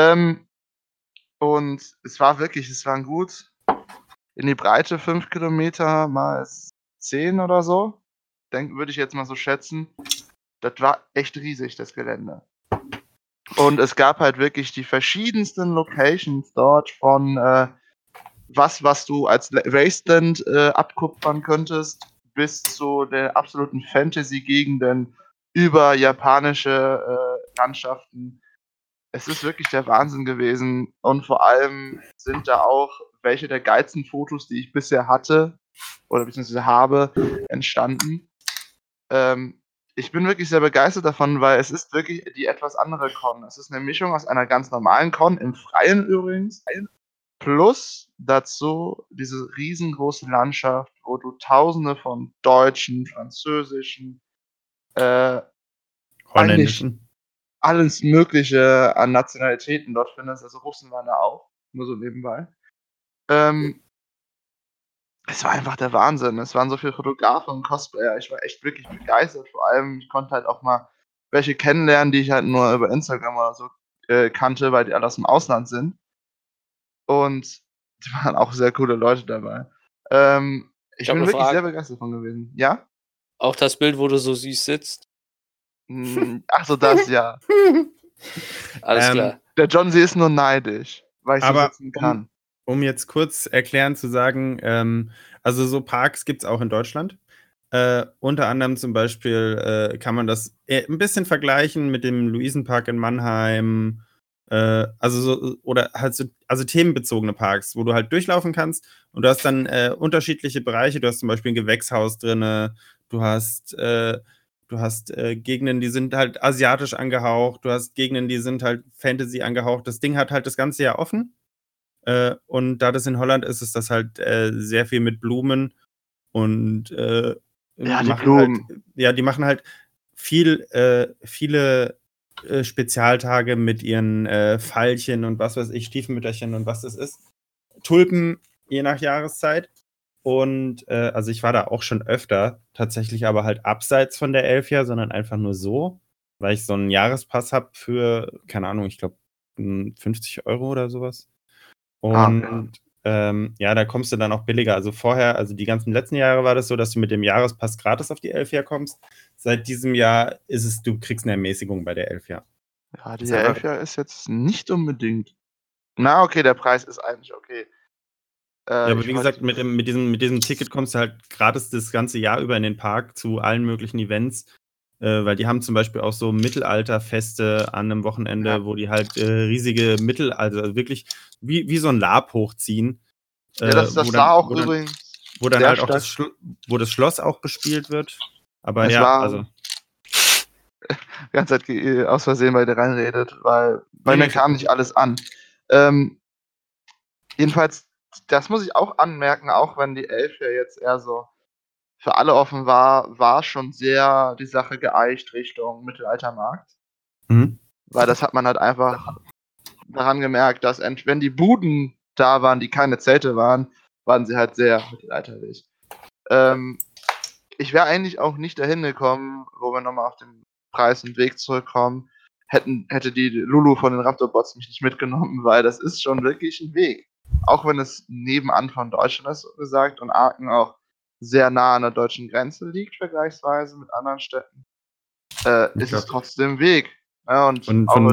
Speaker 3: Und es waren gut in die Breite 5 Kilometer mal 10 oder so. Würde ich jetzt mal so schätzen. Das war echt riesig, das Gelände. Und es gab halt wirklich die verschiedensten Locations dort von was du als Wasteland abkupfern könntest, bis zu den absoluten Fantasy-Gegenden über japanische Landschaften. Es ist wirklich der Wahnsinn gewesen. Und vor allem sind da auch welche der geilsten Fotos, die ich bisher hatte oder beziehungsweise habe, entstanden. Ich bin wirklich sehr begeistert davon, weil es ist wirklich die etwas andere Con. Es ist eine Mischung aus einer ganz normalen Con, im Freien übrigens, plus dazu diese riesengroße Landschaft, wo du tausende von deutschen, französischen, eigentlich
Speaker 1: Holländischen.
Speaker 3: alles Mögliche an Nationalitäten dort findest. Also Russen waren da auch, nur so nebenbei. Es war einfach der Wahnsinn. Es waren so viele Fotografen und Cosplayer. Ich war echt wirklich begeistert. Vor allem, ich konnte halt auch mal welche kennenlernen, die ich halt nur über Instagram oder so kannte, weil die alle aus dem Ausland sind. Und die waren auch sehr coole Leute dabei. Ich
Speaker 6: hab
Speaker 3: bin
Speaker 6: eine
Speaker 3: wirklich
Speaker 6: Frage.
Speaker 3: sehr begeistert davon gewesen. Ja?
Speaker 6: Auch das Bild, wo du so süß sitzt.
Speaker 3: Ach so, das ja.
Speaker 6: Alles
Speaker 1: Ähm,
Speaker 6: klar.
Speaker 3: Der John C. ist nur neidisch, weil ich so
Speaker 1: Aber
Speaker 3: sitzen kann.
Speaker 1: um jetzt kurz erklären zu sagen, also so Parks gibt es auch in Deutschland. Unter anderem zum Beispiel kann man das ein bisschen vergleichen mit dem Luisenpark in Mannheim. Also so, oder halt so, also themenbezogene Parks, wo du halt durchlaufen kannst und du hast dann unterschiedliche Bereiche. Du hast zum Beispiel ein Gewächshaus drin, du hast Gegenden, die sind halt asiatisch angehaucht, du hast Gegenden, die sind halt Fantasy angehaucht. Das Ding hat halt das ganze Jahr offen. Und da das in Holland ist, ist das halt sehr viel mit Blumen und
Speaker 3: Ja, die
Speaker 1: machen
Speaker 3: Blumen.
Speaker 1: Halt, ja, die machen halt viele Spezialtage mit ihren Veilchen und was weiß ich, Stiefmütterchen und was das ist. Tulpen, je nach Jahreszeit. Und also ich war da auch schon öfter, tatsächlich aber halt abseits von der Elfjahr, sondern einfach nur so, weil ich so einen Jahrespass habe für, keine Ahnung, ich glaube 50 € oder sowas. Und ja, da kommst du dann auch billiger. Also vorher, also die ganzen letzten Jahre war das so, dass du mit dem Jahrespass gratis auf die Elfjahr kommst. Seit diesem Jahr ist es, du kriegst eine Ermäßigung bei der Elfjahr.
Speaker 3: Ja, die
Speaker 1: Ist einfach-
Speaker 3: Elfjahr ist jetzt nicht unbedingt. Na, okay, der Preis ist eigentlich okay.
Speaker 1: Ja, aber
Speaker 3: ich
Speaker 1: wie
Speaker 3: wollte-
Speaker 1: gesagt, mit diesem Ticket kommst du halt gratis das ganze Jahr über in den Park zu allen möglichen Events. Weil die haben zum Beispiel auch so Mittelalterfeste an einem Wochenende,
Speaker 3: Ja.
Speaker 1: wo die halt riesige also wirklich wie so ein Lab hochziehen.
Speaker 3: Ja, das
Speaker 1: wo
Speaker 3: war auch
Speaker 1: wo dann,
Speaker 3: übrigens
Speaker 1: wo dann
Speaker 3: sehr
Speaker 1: halt auch
Speaker 3: stark.
Speaker 1: wo das Schloss auch bespielt wird. Aber
Speaker 3: Es
Speaker 1: ja,
Speaker 3: war-
Speaker 1: also.
Speaker 3: die ganze Zeit aus Versehen bei dir reinredet, weil bei
Speaker 1: Nee,
Speaker 3: mir
Speaker 1: nee,
Speaker 3: kam nicht alles an. Jedenfalls, das muss ich auch anmerken, auch wenn die Elfjahr jetzt eher so für alle offen war schon sehr die Sache geeicht Richtung Mittelaltermarkt.
Speaker 1: Mhm.
Speaker 3: Weil das hat man halt einfach daran gemerkt, dass wenn die Buden da waren, die keine Zelte waren, waren sie halt sehr mittelalterlich. Ich wäre eigentlich auch nicht dahin gekommen, wo wir nochmal auf den Preis und Weg zurückkommen, hätte die Lulu von den Raptorbots mich nicht mitgenommen, weil das ist schon wirklich ein Weg. Auch wenn es nebenan von Deutschland ist, so gesagt, und Aachen auch sehr nah an der deutschen Grenze liegt, vergleichsweise mit anderen Städten, ist es trotzdem ein Weg. Ja, und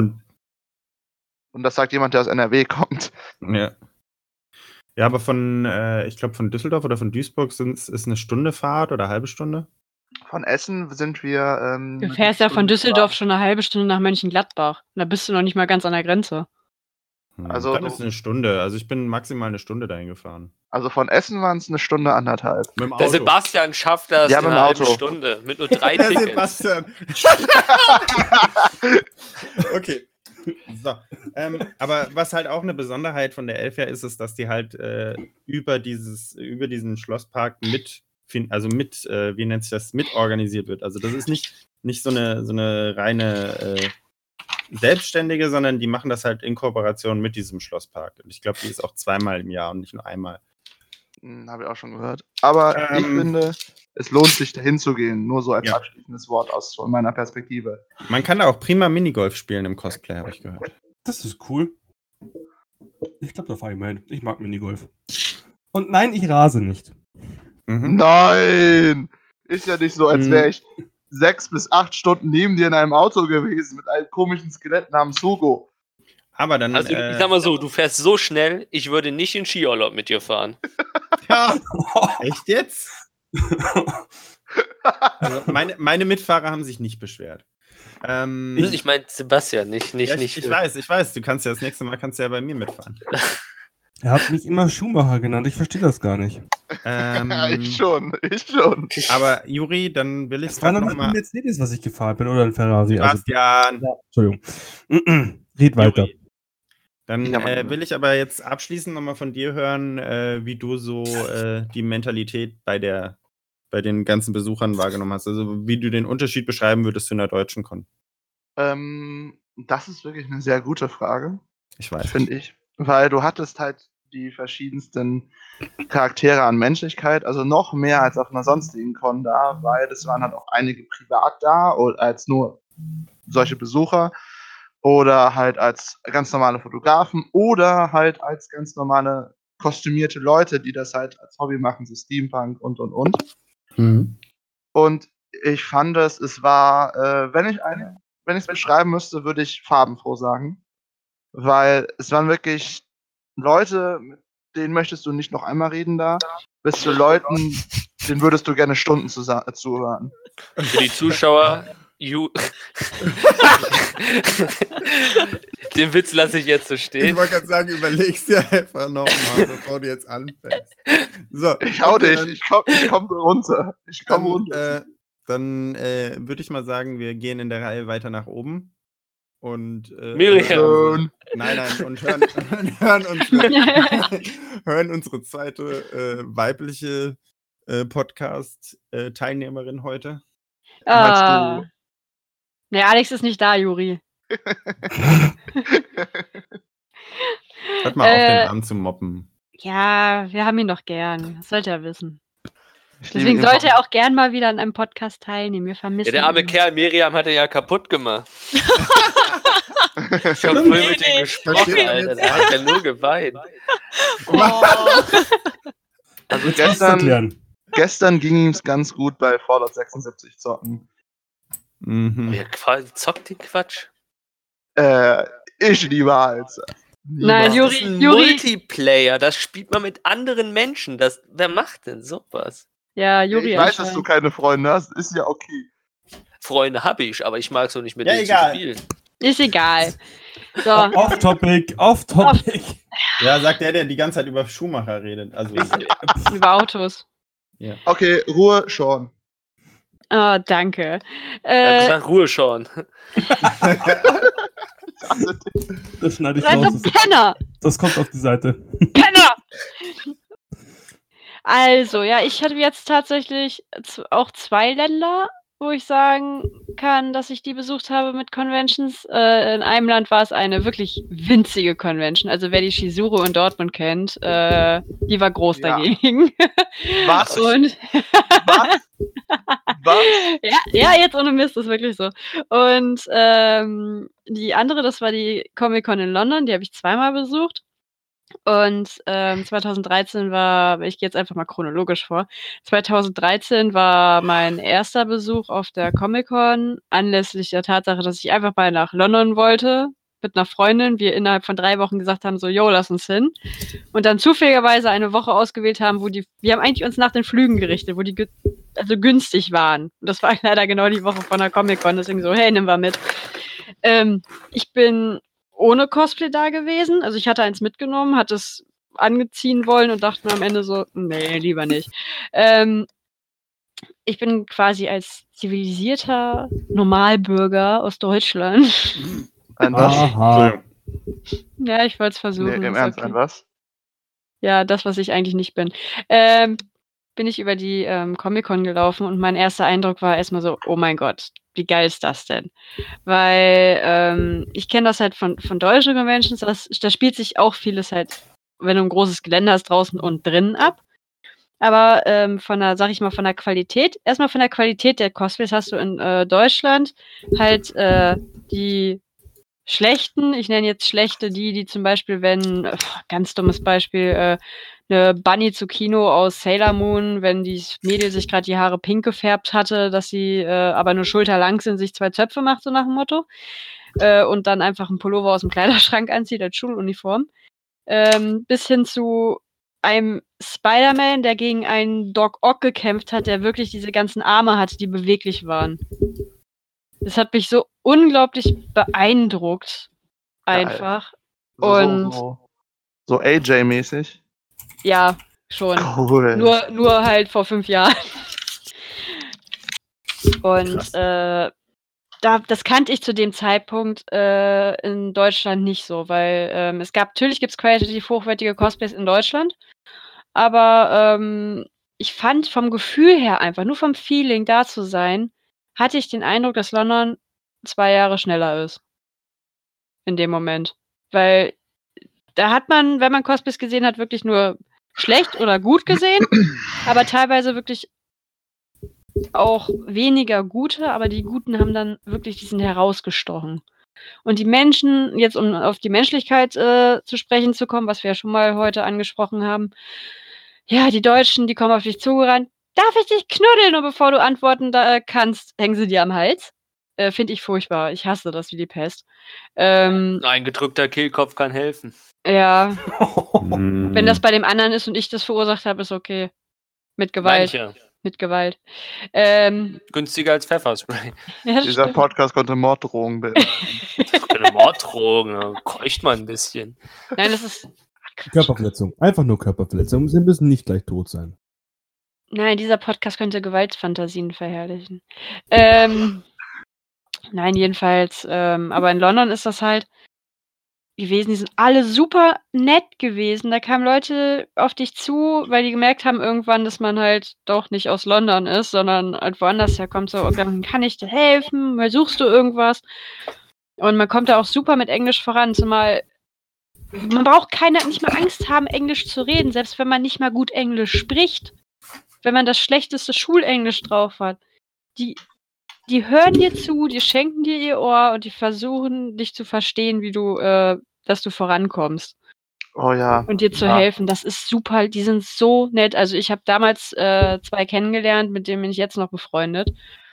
Speaker 3: das sagt jemand, der aus NRW kommt.
Speaker 1: Ja. Ja, aber ich glaube, von Düsseldorf oder von Duisburg ist eine Stunde Fahrt oder eine halbe Stunde.
Speaker 3: Von Essen sind wir.
Speaker 5: Du fährst ja von Düsseldorf schon eine halbe Stunde nach Mönchengladbach. Da bist du noch nicht mal ganz an der Grenze.
Speaker 3: Also
Speaker 1: Dann ist es eine Stunde. Also ich bin maximal eine Stunde dahin gefahren.
Speaker 3: Also von Essen waren es 1 Stunde, 1,5.
Speaker 1: Mit dem
Speaker 6: Der Sebastian schafft das
Speaker 3: Ja,
Speaker 6: in
Speaker 3: mit dem
Speaker 6: einer halben
Speaker 3: Auto.
Speaker 6: Stunde mit nur 3
Speaker 1: Der
Speaker 6: Tickets.
Speaker 1: Sebastian. Okay. So. Aber was halt auch eine Besonderheit von der Elfjahr ist, dass die halt über diesen Schlosspark wie nennt sich das, mitorganisiert wird. Also das ist nicht so eine reine Selbstständige, sondern die machen das halt in Kooperation mit diesem Schlosspark. Und ich glaube, die ist auch 2-mal im Jahr und nicht nur einmal.
Speaker 3: Habe ich auch schon gehört. Aber ich finde, es lohnt sich, dahin zu gehen. Nur so als
Speaker 1: Ja.
Speaker 3: abschließendes Wort aus von meiner Perspektive.
Speaker 1: Man kann da auch prima Minigolf spielen im Cosplay, habe ich gehört.
Speaker 2: Das ist cool. Ich glaube, da fahre ich mal hin. Ich mag Minigolf. Und nein, ich rase nicht.
Speaker 1: Mhm.
Speaker 3: Nein! Ist ja nicht so, als wäre ich 6 bis 8 Stunden neben dir in einem Auto gewesen mit einem komischen Skelett namens Hugo.
Speaker 1: Aber dann.
Speaker 6: Also ich sag mal so, du fährst so schnell, ich würde nicht in Skiurlaub mit dir fahren.
Speaker 1: Ja, echt jetzt? Also meine Mitfahrer haben sich nicht beschwert.
Speaker 6: Ich meine Sebastian, nicht.
Speaker 1: Ja, ich weiß, du kannst ja das nächste Mal bei mir mitfahren.
Speaker 2: Er hat mich immer Schumacher genannt, ich verstehe das gar nicht.
Speaker 3: Ich schon.
Speaker 1: Aber Juri, dann will ich
Speaker 2: Es war noch
Speaker 1: noch
Speaker 2: ein Mercedes, was ich gefahren bin, oder ein Ferrari.
Speaker 1: Sebastian.
Speaker 2: Ja, Entschuldigung. Red weiter.
Speaker 1: Juri. Dann will ich aber jetzt abschließend nochmal von dir hören, wie du so die Mentalität bei bei den ganzen Besuchern wahrgenommen hast? Also wie du den Unterschied beschreiben würdest zu einer deutschen Con?
Speaker 3: Das ist wirklich eine sehr gute Frage,
Speaker 1: Ich weiß.
Speaker 3: finde ich. Weil du hattest halt die verschiedensten Charaktere an Menschlichkeit, also noch mehr als auf einer sonstigen Con da, weil es waren halt auch einige privat da oder als nur solche Besucher oder halt als ganz normale Fotografen oder halt als ganz normale kostümierte Leute, die das halt als Hobby machen, so Steampunk und.
Speaker 1: Mhm.
Speaker 3: Und ich fand es war, wenn ich es beschreiben müsste, würde ich farbenfroh sagen. Weil es waren wirklich Leute, mit denen möchtest du nicht noch einmal reden da, bis zu Leuten, denen würdest du gerne Stunden zuhören.
Speaker 6: Für die Zuschauer, den Witz lasse ich jetzt so
Speaker 1: Ich
Speaker 6: stehen.
Speaker 1: wollte gerade sagen, überleg's dir einfach nochmal, bevor du jetzt anfängst. So,
Speaker 3: Ich hau
Speaker 1: okay,
Speaker 3: dich, ich komm runter. Ich komm runter.
Speaker 1: Dann würde ich mal sagen, wir gehen in der Reihe weiter nach oben. Und
Speaker 6: Miriam.
Speaker 1: hören unsere zweite weibliche Podcast-Teilnehmerin heute.
Speaker 5: Ah. Nee, Alex ist nicht da, Juri.
Speaker 1: Hört mal auf, den Arm zu moppen.
Speaker 5: Ja, wir haben ihn doch gern. Das sollte er wissen.
Speaker 3: Ich liebe
Speaker 5: Deswegen
Speaker 3: ihn
Speaker 5: sollte er auch gern mal wieder an einem Podcast teilnehmen. Wir vermissen
Speaker 6: Ja, der arme
Speaker 5: ihn.
Speaker 6: Kerl Miriam hat er ja kaputt gemacht. Ich hab früher mit ihm gesprochen,
Speaker 1: Okay.
Speaker 6: Alter. Der hat ja nur geweint.
Speaker 3: Also
Speaker 2: Jetzt musst du erklären.
Speaker 3: gestern ging es ganz gut bei Fallout 76 zocken.
Speaker 1: Mhm.
Speaker 6: Wer zockt den Quatsch?
Speaker 3: Ich liebe Hals.
Speaker 5: Nein,
Speaker 6: Das
Speaker 5: Juri-
Speaker 6: ist ein
Speaker 5: Juri-
Speaker 6: Multiplayer, das spielt man mit anderen Menschen. Wer macht denn sowas?
Speaker 5: Ja, Juri
Speaker 3: Ich weiß, dass du
Speaker 5: anscheinend.
Speaker 3: keine Freunde hast, ist ja okay.
Speaker 6: Freunde habe ich, aber ich mag es auch nicht mit
Speaker 1: Ja,
Speaker 6: denen
Speaker 1: egal.
Speaker 6: zu spielen.
Speaker 5: Ist egal. So,
Speaker 2: Off-Topic.
Speaker 1: Ja, sagt der die ganze Zeit über Schumacher redet. Also,
Speaker 5: über Autos.
Speaker 3: Okay, Ruhe, Sean.
Speaker 5: Oh, danke.
Speaker 6: Er hat gesagt, Ruhe schon.
Speaker 2: Das schneide ich
Speaker 5: Seid
Speaker 2: raus.
Speaker 5: doch Penner!
Speaker 2: Das kommt auf die Seite.
Speaker 5: Penner! Also, ja, ich hatte jetzt tatsächlich auch 2 Länder, wo ich sagen kann, dass ich die besucht habe mit Conventions. In einem Land war es eine wirklich winzige Convention. Also wer die Shizuru in Dortmund kennt, die war groß
Speaker 3: Ja.
Speaker 5: dagegen.
Speaker 3: Was?
Speaker 5: Und
Speaker 3: Was?
Speaker 5: ja, jetzt ohne Mist, ist wirklich so. Und die andere, das war die Comic-Con in London, die habe ich 2-mal besucht. Und 2013 ich gehe jetzt einfach mal chronologisch vor. 2013 war mein erster Besuch auf der Comic-Con, anlässlich der Tatsache, dass ich einfach mal nach London wollte, mit einer Freundin. Wir innerhalb von 3 Wochen gesagt haben, so, yo, lass uns hin. Und dann zufälligerweise eine Woche ausgewählt haben, wir haben eigentlich uns nach den Flügen gerichtet, wo die günstig waren. Und das war leider genau die Woche von der Comic-Con, deswegen so, hey, nimm wir mit. Ich bin ohne Cosplay da gewesen. Also ich hatte eins mitgenommen, hatte es angeziehen wollen und dachte mir am Ende so, nee, lieber nicht. Ich bin quasi als zivilisierter Normalbürger aus Deutschland.
Speaker 3: Ein was?
Speaker 2: Aha.
Speaker 5: Ja, ich wollte es versuchen.
Speaker 3: Nee, im
Speaker 5: ist
Speaker 3: Ernst,
Speaker 5: okay.
Speaker 3: ein was?
Speaker 5: Ja, das, was ich eigentlich nicht bin. Bin ich über die Comic-Con gelaufen und mein erster Eindruck war erstmal so, oh mein Gott, wie geil ist das denn? Weil ich kenne das halt von deutschen Conventions, da spielt sich auch vieles halt, wenn du ein großes Gelände hast, draußen und drinnen ab. Aber von der Qualität, erstmal von der Qualität der Cosplays hast du in Deutschland halt die schlechten, ich nenne jetzt schlechte, die zum Beispiel, wenn, ganz dummes Beispiel, eine Bunny Zucchino aus Sailor Moon, wenn die Mädel sich gerade die Haare pink gefärbt hatte, dass sie aber nur schulterlang sind, sich 2 Zöpfe macht, so nach dem Motto, und dann einfach einen Pullover aus dem Kleiderschrank anzieht als Schuluniform, bis hin zu einem Spider-Man, der gegen einen Doc Ock gekämpft hat, der wirklich diese ganzen Arme hatte, die beweglich waren. Das hat mich so unglaublich beeindruckt. Einfach. Und
Speaker 3: So AJ-mäßig.
Speaker 5: ja, schon.
Speaker 3: Cool.
Speaker 5: Nur halt vor 5 Jahren. Und das kannte ich zu dem Zeitpunkt in Deutschland nicht so, weil natürlich gibt es qualitativ hochwertige Cosplays in Deutschland, aber ich fand vom Gefühl her einfach, nur vom Feeling da zu sein, hatte ich den Eindruck, dass London 2 Jahre schneller ist. In dem Moment. Weil da hat man, wenn man Cosplays gesehen hat, wirklich nur schlecht oder gut gesehen, aber teilweise wirklich auch weniger gute, aber die Guten haben dann wirklich, die sind herausgestochen. Und die Menschen, jetzt um auf die Menschlichkeit zu sprechen zu kommen, was wir ja schon mal heute angesprochen haben, ja, die Deutschen, die kommen auf dich zugerannt. Darf ich dich knuddeln? Und bevor du antworten kannst, hängen sie dir am Hals. Finde ich furchtbar. Ich hasse das wie die Pest.
Speaker 6: Ein gedrückter Kehlkopf kann helfen.
Speaker 5: Ja,
Speaker 1: Hm.
Speaker 5: wenn das bei dem anderen ist und ich das verursacht habe, ist okay. Mit Gewalt.
Speaker 6: Manche.
Speaker 5: Mit Gewalt.
Speaker 6: Günstiger als Pfefferspray.
Speaker 5: Ja, das
Speaker 3: Dieser
Speaker 5: stimmt.
Speaker 3: Podcast konnte Morddrohungen beinhalten.
Speaker 6: Eine Morddrogen, da keucht man ein bisschen.
Speaker 5: Nein, das ist.
Speaker 2: Körperverletzung. Einfach nur Körperverletzung. Sie müssen nicht gleich tot sein.
Speaker 5: Nein, dieser Podcast könnte Gewaltfantasien verherrlichen. Nein, jedenfalls. Aber in London ist das halt gewesen. Die sind alle super nett gewesen. Da kamen Leute auf dich zu, weil die gemerkt haben irgendwann, dass man halt doch nicht aus London ist, sondern halt woanders herkommt. So, dann kann ich dir helfen? Weil suchst du irgendwas? Und man kommt da auch super mit Englisch voran. Zumal man braucht nicht mal Angst haben, Englisch zu reden, selbst wenn man nicht mal gut Englisch spricht. Wenn man das schlechteste Schulenglisch drauf hat. Die hören dir zu, die schenken dir ihr Ohr und die versuchen, dich zu verstehen, wie du, dass du vorankommst.
Speaker 3: Oh ja.
Speaker 5: Und dir zu
Speaker 3: Ja.
Speaker 5: helfen. Das ist super. Die sind so nett. Also ich habe damals 2 kennengelernt, mit denen bin ich jetzt noch befreundet.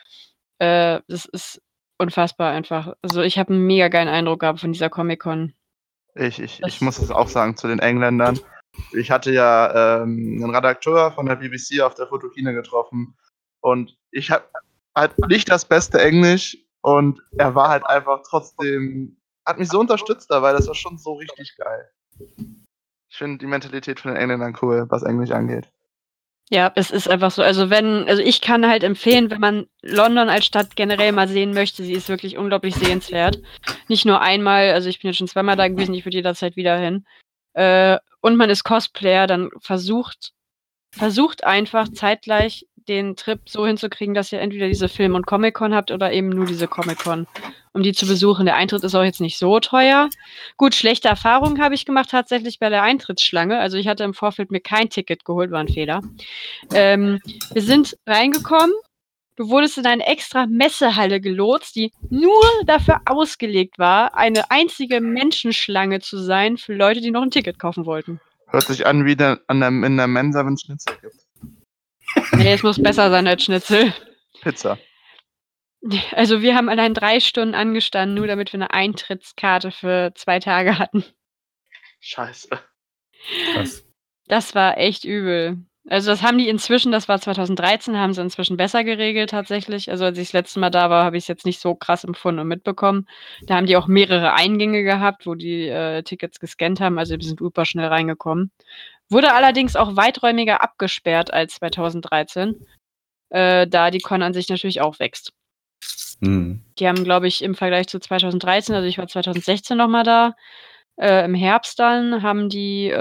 Speaker 5: Das ist unfassbar einfach. Also ich habe einen mega geilen Eindruck gehabt von dieser Comic-Con.
Speaker 3: Ich muss es auch sagen zu den Engländern. Ich hatte ja einen Redakteur von der BBC auf der Fotokina getroffen und ich habe halt nicht das beste Englisch und er war halt einfach trotzdem, hat mich so unterstützt dabei, das war schon so richtig geil. Ich finde die Mentalität von den Engländern cool, was Englisch angeht.
Speaker 5: Ja, es ist einfach so. Also ich kann halt empfehlen, wenn man London als Stadt generell mal sehen möchte, sie ist wirklich unglaublich sehenswert. Nicht nur einmal, also ich bin jetzt schon 2-mal da gewesen, ich würde jederzeit wieder hin. Und man ist Cosplayer, dann versucht einfach zeitgleich den Trip so hinzukriegen, dass ihr entweder diese Film- und Comic-Con habt oder eben nur diese Comic-Con, um die zu besuchen. Der Eintritt ist auch jetzt nicht so teuer. Gut, schlechte Erfahrungen habe ich gemacht tatsächlich bei der Eintrittsschlange. Also ich hatte im Vorfeld mir kein Ticket geholt, war ein Fehler. Wir sind reingekommen. Du wurdest in eine extra Messehalle gelotst, die nur dafür ausgelegt war, eine einzige Menschenschlange zu sein für Leute, die noch ein Ticket kaufen wollten.
Speaker 3: Hört sich an wie in der Mensa, wenn es Schnitzel gibt.
Speaker 5: Nee, es muss besser sein als Schnitzel.
Speaker 3: Pizza.
Speaker 5: Also wir haben allein 3 Stunden angestanden, nur damit wir eine Eintrittskarte für 2 Tage hatten.
Speaker 3: Scheiße.
Speaker 1: Krass.
Speaker 5: Das war echt übel. Also das haben die inzwischen, das war 2013, haben sie inzwischen besser geregelt tatsächlich. Also als ich das letzte Mal da war, habe ich es jetzt nicht so krass empfunden und mitbekommen. Da haben die auch mehrere Eingänge gehabt, wo die Tickets gescannt haben. Also wir sind super schnell reingekommen. Wurde allerdings auch weiträumiger abgesperrt als 2013, da die Con an sich natürlich auch wächst.
Speaker 1: Hm.
Speaker 5: Die haben, glaube ich, im Vergleich zu 2013, also ich war 2016 nochmal da, im Herbst dann, haben die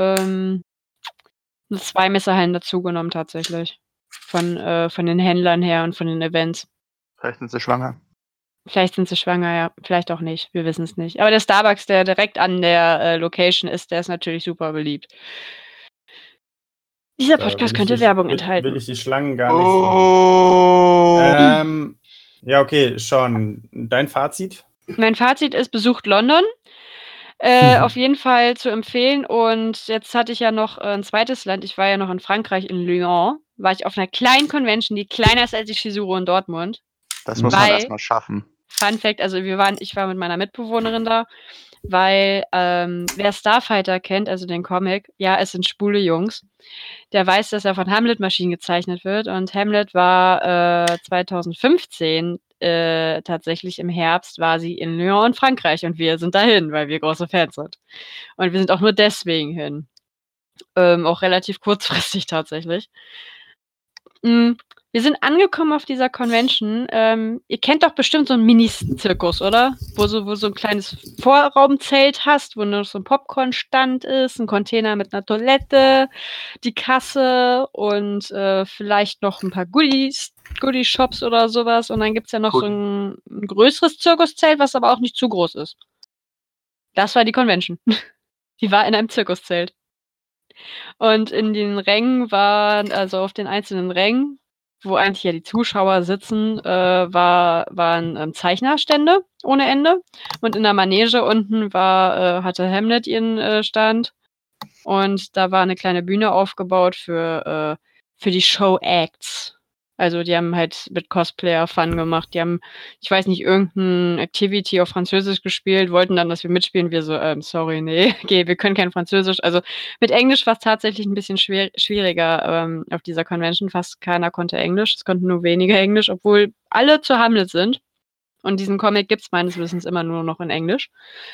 Speaker 5: 2 Messehallen dazugenommen tatsächlich. Von den Händlern her und von den Events.
Speaker 3: Vielleicht sind sie schwanger.
Speaker 5: Vielleicht sind sie schwanger, ja. Vielleicht auch nicht. Wir wissen es nicht. Aber der Starbucks, der direkt an der Location ist, der ist natürlich super beliebt. Dieser Podcast könnte Werbung enthalten.
Speaker 1: Will ich die Schlangen gar nicht
Speaker 3: Oh.
Speaker 1: sehen. Ja, okay, Sean, dein Fazit?
Speaker 5: Mein Fazit ist, besucht London. Auf jeden Fall zu empfehlen. Und jetzt hatte ich ja noch ein zweites Land. Ich war ja noch in Frankreich, in Lyon. War ich auf einer kleinen Convention, die kleiner ist als die Chizuru in Dortmund.
Speaker 3: Das muss man erstmal schaffen.
Speaker 5: Fun Fact, also ich war mit meiner Mitbewohnerin da, weil wer Starfighter kennt, also den Comic, ja, es sind schwule Jungs, der weiß, dass er von Hamlet-Maschinen gezeichnet wird. Und Hamlet war 2015 tatsächlich im Herbst, war sie in Lyon in Frankreich und wir sind dahin, weil wir große Fans sind. Und wir sind auch nur deswegen hin. Auch relativ kurzfristig tatsächlich. Wir sind angekommen auf dieser Convention. Ihr kennt doch bestimmt so einen Mini-Zirkus, oder? Wo so ein kleines Vorraumzelt hast, wo noch so ein Popcorn-Stand ist, ein Container mit einer Toilette, die Kasse und vielleicht noch ein paar Goodie-Shops oder sowas. Und dann gibt's ja noch so ein größeres Zirkuszelt, was aber auch nicht zu groß ist. Das war die Convention. Die war in einem Zirkuszelt. Und in den Rängen waren, also auf den einzelnen Rängen, wo eigentlich ja die Zuschauer sitzen, waren Zeichnerstände ohne Ende. Und in der Manege unten hatte Hamlet ihren Stand. Und da war eine kleine Bühne aufgebaut für die Show-Acts. Also die haben halt mit Cosplayer Fun gemacht. Die haben, ich weiß nicht, irgendein Activity auf Französisch gespielt, wollten dann, dass wir mitspielen. Wir so, sorry, nee, wir können kein Französisch. Also mit Englisch war es tatsächlich ein bisschen schwieriger auf dieser Convention. Fast keiner konnte Englisch. Es konnten nur wenige Englisch, obwohl alle zu Hamlet sind. Und diesen Comic gibt es meines Wissens immer nur noch in Englisch.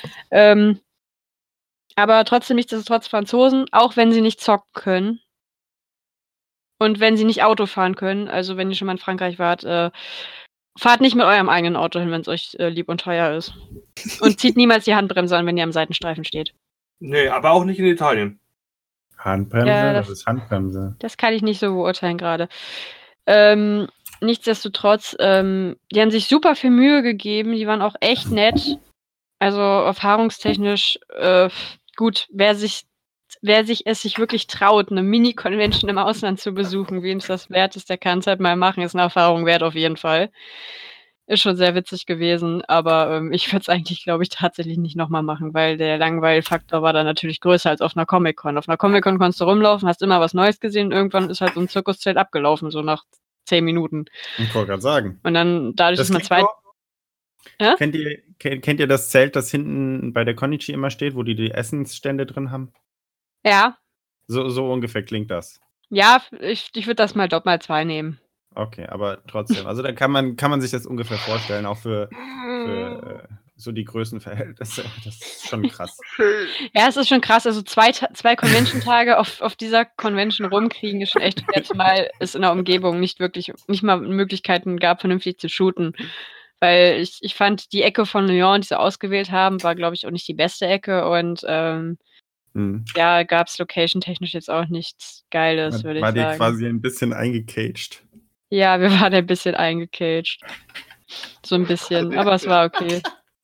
Speaker 5: Aber trotzdem nichtsdestotrotz Franzosen, auch wenn sie nicht zocken können. Und wenn sie nicht Auto fahren können, also wenn ihr schon mal in Frankreich wart, fahrt nicht mit eurem eigenen Auto hin, wenn es euch lieb und teuer ist. Und zieht niemals die Handbremse an, wenn ihr am Seitenstreifen steht.
Speaker 2: Nee, aber auch nicht in Italien.
Speaker 1: Handbremse?
Speaker 5: Ja,
Speaker 1: das ist Handbremse.
Speaker 5: Das kann ich nicht so beurteilen gerade. Nichtsdestotrotz, die haben sich super viel Mühe gegeben, die waren auch echt nett. Also erfahrungstechnisch, gut, wer sich es sich wirklich traut, eine Mini-Convention im Ausland zu besuchen, wem es das wert ist, der kann es halt mal machen, ist eine Erfahrung wert auf jeden Fall. Ist schon sehr witzig gewesen, aber ich würde es eigentlich, glaube ich, tatsächlich nicht nochmal machen, weil der Langweil-Faktor war dann natürlich größer als auf einer Comic-Con. Auf einer Comic-Con konntest du rumlaufen, hast immer was Neues gesehen und irgendwann ist halt so ein Zirkuszelt abgelaufen, so nach 10 Minuten.
Speaker 1: Ich wollte gerade sagen.
Speaker 5: Und dann, dadurch, dass man
Speaker 1: Ja? Kennt ihr das Zelt, das hinten bei der Konichi immer steht, wo die Essensstände drin haben?
Speaker 5: Ja.
Speaker 1: So ungefähr klingt das.
Speaker 5: Ja, ich würde das mal Doppel 2 nehmen.
Speaker 1: Okay, aber trotzdem. Also da kann man sich das ungefähr vorstellen, auch für so die Größenverhältnisse. Das ist schon krass.
Speaker 5: Ja, es ist schon krass. Also zwei Convention-Tage auf dieser Convention rumkriegen ist schon echt schwer, zumal es in der Umgebung nicht mal Möglichkeiten gab, vernünftig zu shooten. Weil ich fand, die Ecke von Lyon, die sie ausgewählt haben, war, glaube ich, auch nicht die beste Ecke und ja, gab es location-technisch jetzt auch nichts Geiles, würde ich sagen.
Speaker 1: War die quasi ein bisschen eingecaged?
Speaker 5: Ja, wir waren ein bisschen eingecaged. So ein bisschen, aber es war okay.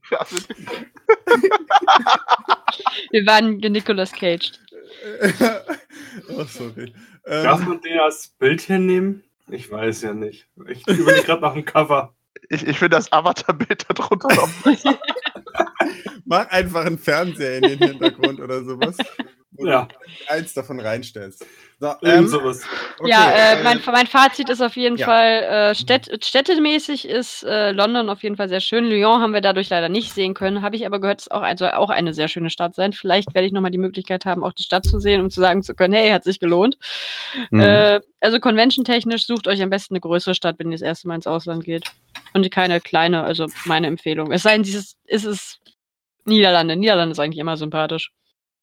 Speaker 5: Wir waren Nicolas Caged.
Speaker 1: Oh, sorry.
Speaker 2: Darf man den als Bild hernehmen? Ich weiß ja nicht. Ich überlege gerade nach dem Cover.
Speaker 3: Ich finde das Avatar-Bild da drunter noch besser.
Speaker 1: Mach einfach einen Fernseher in den Hintergrund oder sowas. Wo
Speaker 2: Ja.
Speaker 1: du eins davon reinstellst. So,
Speaker 2: sowas.
Speaker 1: Okay,
Speaker 5: Ja, mein Fazit ist auf jeden
Speaker 1: ja.
Speaker 5: Fall, städtemäßig ist London auf jeden Fall sehr schön. Lyon haben wir dadurch leider nicht sehen können. Habe ich aber gehört, es soll auch eine sehr schöne Stadt sein. Vielleicht werde ich nochmal die Möglichkeit haben, auch die Stadt zu sehen, um zu sagen zu können, hey, hat sich gelohnt. Also convention-technisch sucht euch am besten eine größere Stadt, wenn ihr das erste Mal ins Ausland geht. Und keine kleine, also meine Empfehlung. Es sei denn, ist es Niederlande. Niederlande ist eigentlich immer sympathisch.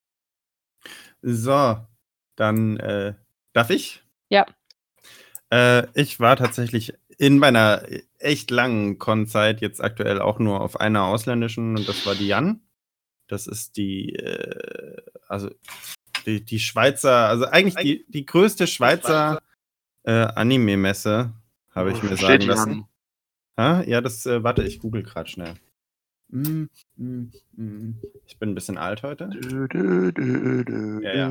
Speaker 1: So, dann darf ich?
Speaker 5: Ja.
Speaker 1: Ich war tatsächlich in meiner echt langen Con-Zeit jetzt aktuell auch nur auf einer ausländischen und das war die Jan. Das ist die Schweizer, also eigentlich die größte Schweizer Anime-Messe, habe ich mir sagen lassen. Ja, das, warte, ich google gerade schnell. Ich bin ein bisschen alt heute. Ja.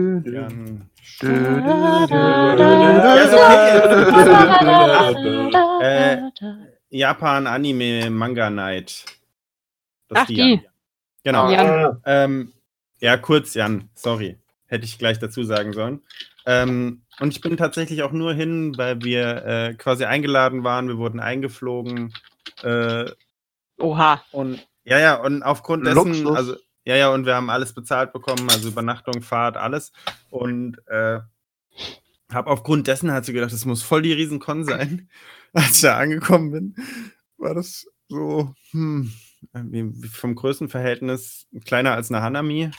Speaker 1: Japan Anime Manga Night. Das
Speaker 5: Ach, die.
Speaker 1: Genau.
Speaker 5: Jan.
Speaker 1: Ja, kurz, Jan. Sorry. Hätte ich gleich dazu sagen sollen. Und ich bin tatsächlich auch nur hin, weil wir quasi eingeladen waren. Wir wurden eingeflogen.
Speaker 5: Oha.
Speaker 1: Und und aufgrund dessen,
Speaker 3: Luxus.
Speaker 1: also und wir haben alles bezahlt bekommen, also Übernachtung, Fahrt, alles. Und habe aufgrund dessen halt so gedacht, das muss voll die Riesenkon sein. Als ich da angekommen bin, war das so wie vom Größenverhältnis kleiner als eine Hanami.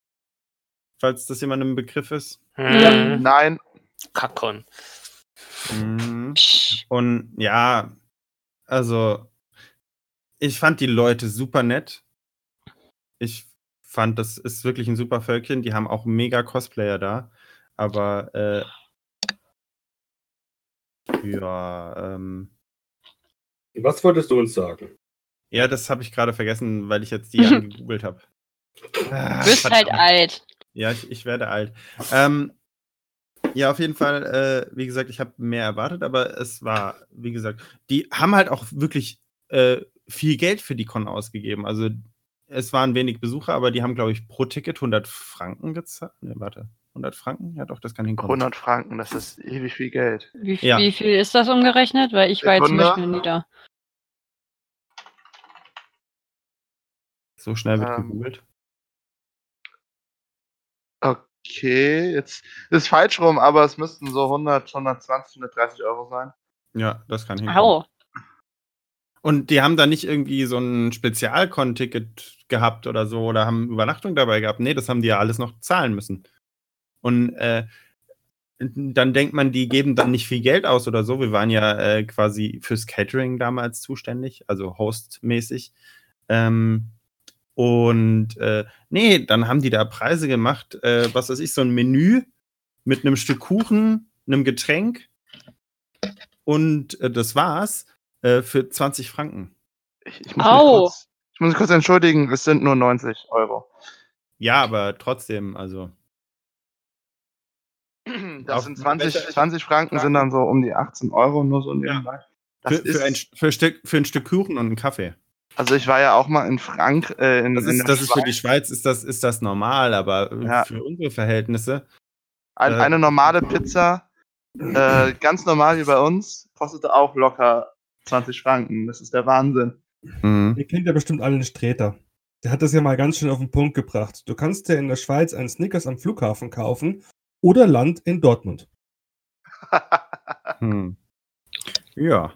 Speaker 1: Falls das jemandem ein Begriff ist.
Speaker 3: Nein.
Speaker 6: Kackon.
Speaker 1: Mhm.
Speaker 5: Psch.
Speaker 1: Und ja, also ich fand die Leute super nett. Ich fand, das ist wirklich ein super Völkchen. Die haben auch mega Cosplayer da. Aber ja,
Speaker 2: Was wolltest du uns sagen?
Speaker 1: ja, das habe ich gerade vergessen, weil ich jetzt die angegoogelt habe.
Speaker 5: Du bist halt alt.
Speaker 1: Ja, ich werde alt. Ja, auf jeden Fall, wie gesagt, ich habe mehr erwartet, aber es war, wie gesagt, die haben halt auch wirklich viel Geld für die Con ausgegeben. Also es waren wenig Besucher, aber die haben, glaube ich, pro Ticket 100 Franken gezahlt. Ne, warte, 100 Franken? Ja doch, das kann hinkommen.
Speaker 3: 100 Franken, das ist ewig viel Geld.
Speaker 1: Ja.
Speaker 5: Wie viel ist das umgerechnet? Weil ich war jetzt zum
Speaker 3: Sekunde.
Speaker 5: Beispiel nie da.
Speaker 1: So schnell wird
Speaker 3: Ähm.
Speaker 1: gegoogelt.
Speaker 3: Okay, jetzt ist falsch rum, aber es müssten so 100, 120, 130 Euro sein.
Speaker 1: Ja, das kann hinkommen.
Speaker 5: Au.
Speaker 1: Und die haben da nicht irgendwie so ein Spezial-Con-Ticket gehabt oder so oder haben Übernachtung dabei gehabt. Nee, das haben die ja alles noch zahlen müssen. Und dann denkt man, die geben dann nicht viel Geld aus oder so. Wir waren ja quasi fürs Catering damals zuständig, also hostmäßig. Nee, dann haben die da Preise gemacht, was weiß ich, so ein Menü mit einem Stück Kuchen, einem Getränk und das war's für 20 Franken.
Speaker 3: Ich muss
Speaker 5: Au.
Speaker 3: mich kurz entschuldigen, es sind nur 90 Euro.
Speaker 1: Ja, aber trotzdem, also.
Speaker 3: Das
Speaker 1: Auf-
Speaker 3: sind 20 Franken sind dann so um die 18 Euro, nur so nebenbei. Das
Speaker 1: Für ein Stück Kuchen und einen Kaffee.
Speaker 3: Also ich war ja auch mal in in
Speaker 1: Das
Speaker 3: der
Speaker 1: ist für die
Speaker 3: Schweiz.
Speaker 1: Schweiz ist das normal, aber
Speaker 3: Ja.
Speaker 1: für unsere Verhältnisse.
Speaker 3: Eine normale Pizza, ganz normal wie bei uns, kostete auch locker 20 Franken. Das ist der Wahnsinn.
Speaker 2: Ihr kennt ja bestimmt alle den Streter. Der hat das ja mal ganz schön auf den Punkt gebracht. Du kannst dir in der Schweiz einen Snickers am Flughafen kaufen oder Land in Dortmund.
Speaker 1: Ja.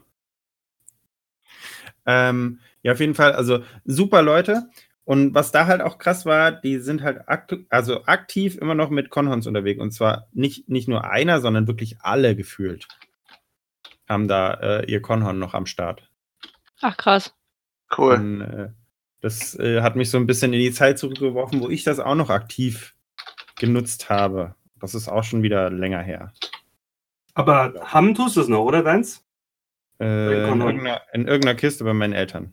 Speaker 1: Ja, auf jeden Fall, also super Leute. Und was da halt auch krass war, die sind halt aktiv immer noch mit Conhons unterwegs. Und zwar nicht nur einer, sondern wirklich alle gefühlt haben da ihr Conhon noch am Start.
Speaker 5: Ach, krass.
Speaker 3: Cool.
Speaker 1: Und das hat mich so ein bisschen in die Zeit zurückgeworfen, wo ich das auch noch aktiv genutzt habe. Das ist auch schon wieder länger her.
Speaker 2: Aber haben tust du es noch, oder Vance?
Speaker 1: In irgendeiner Kiste bei meinen Eltern.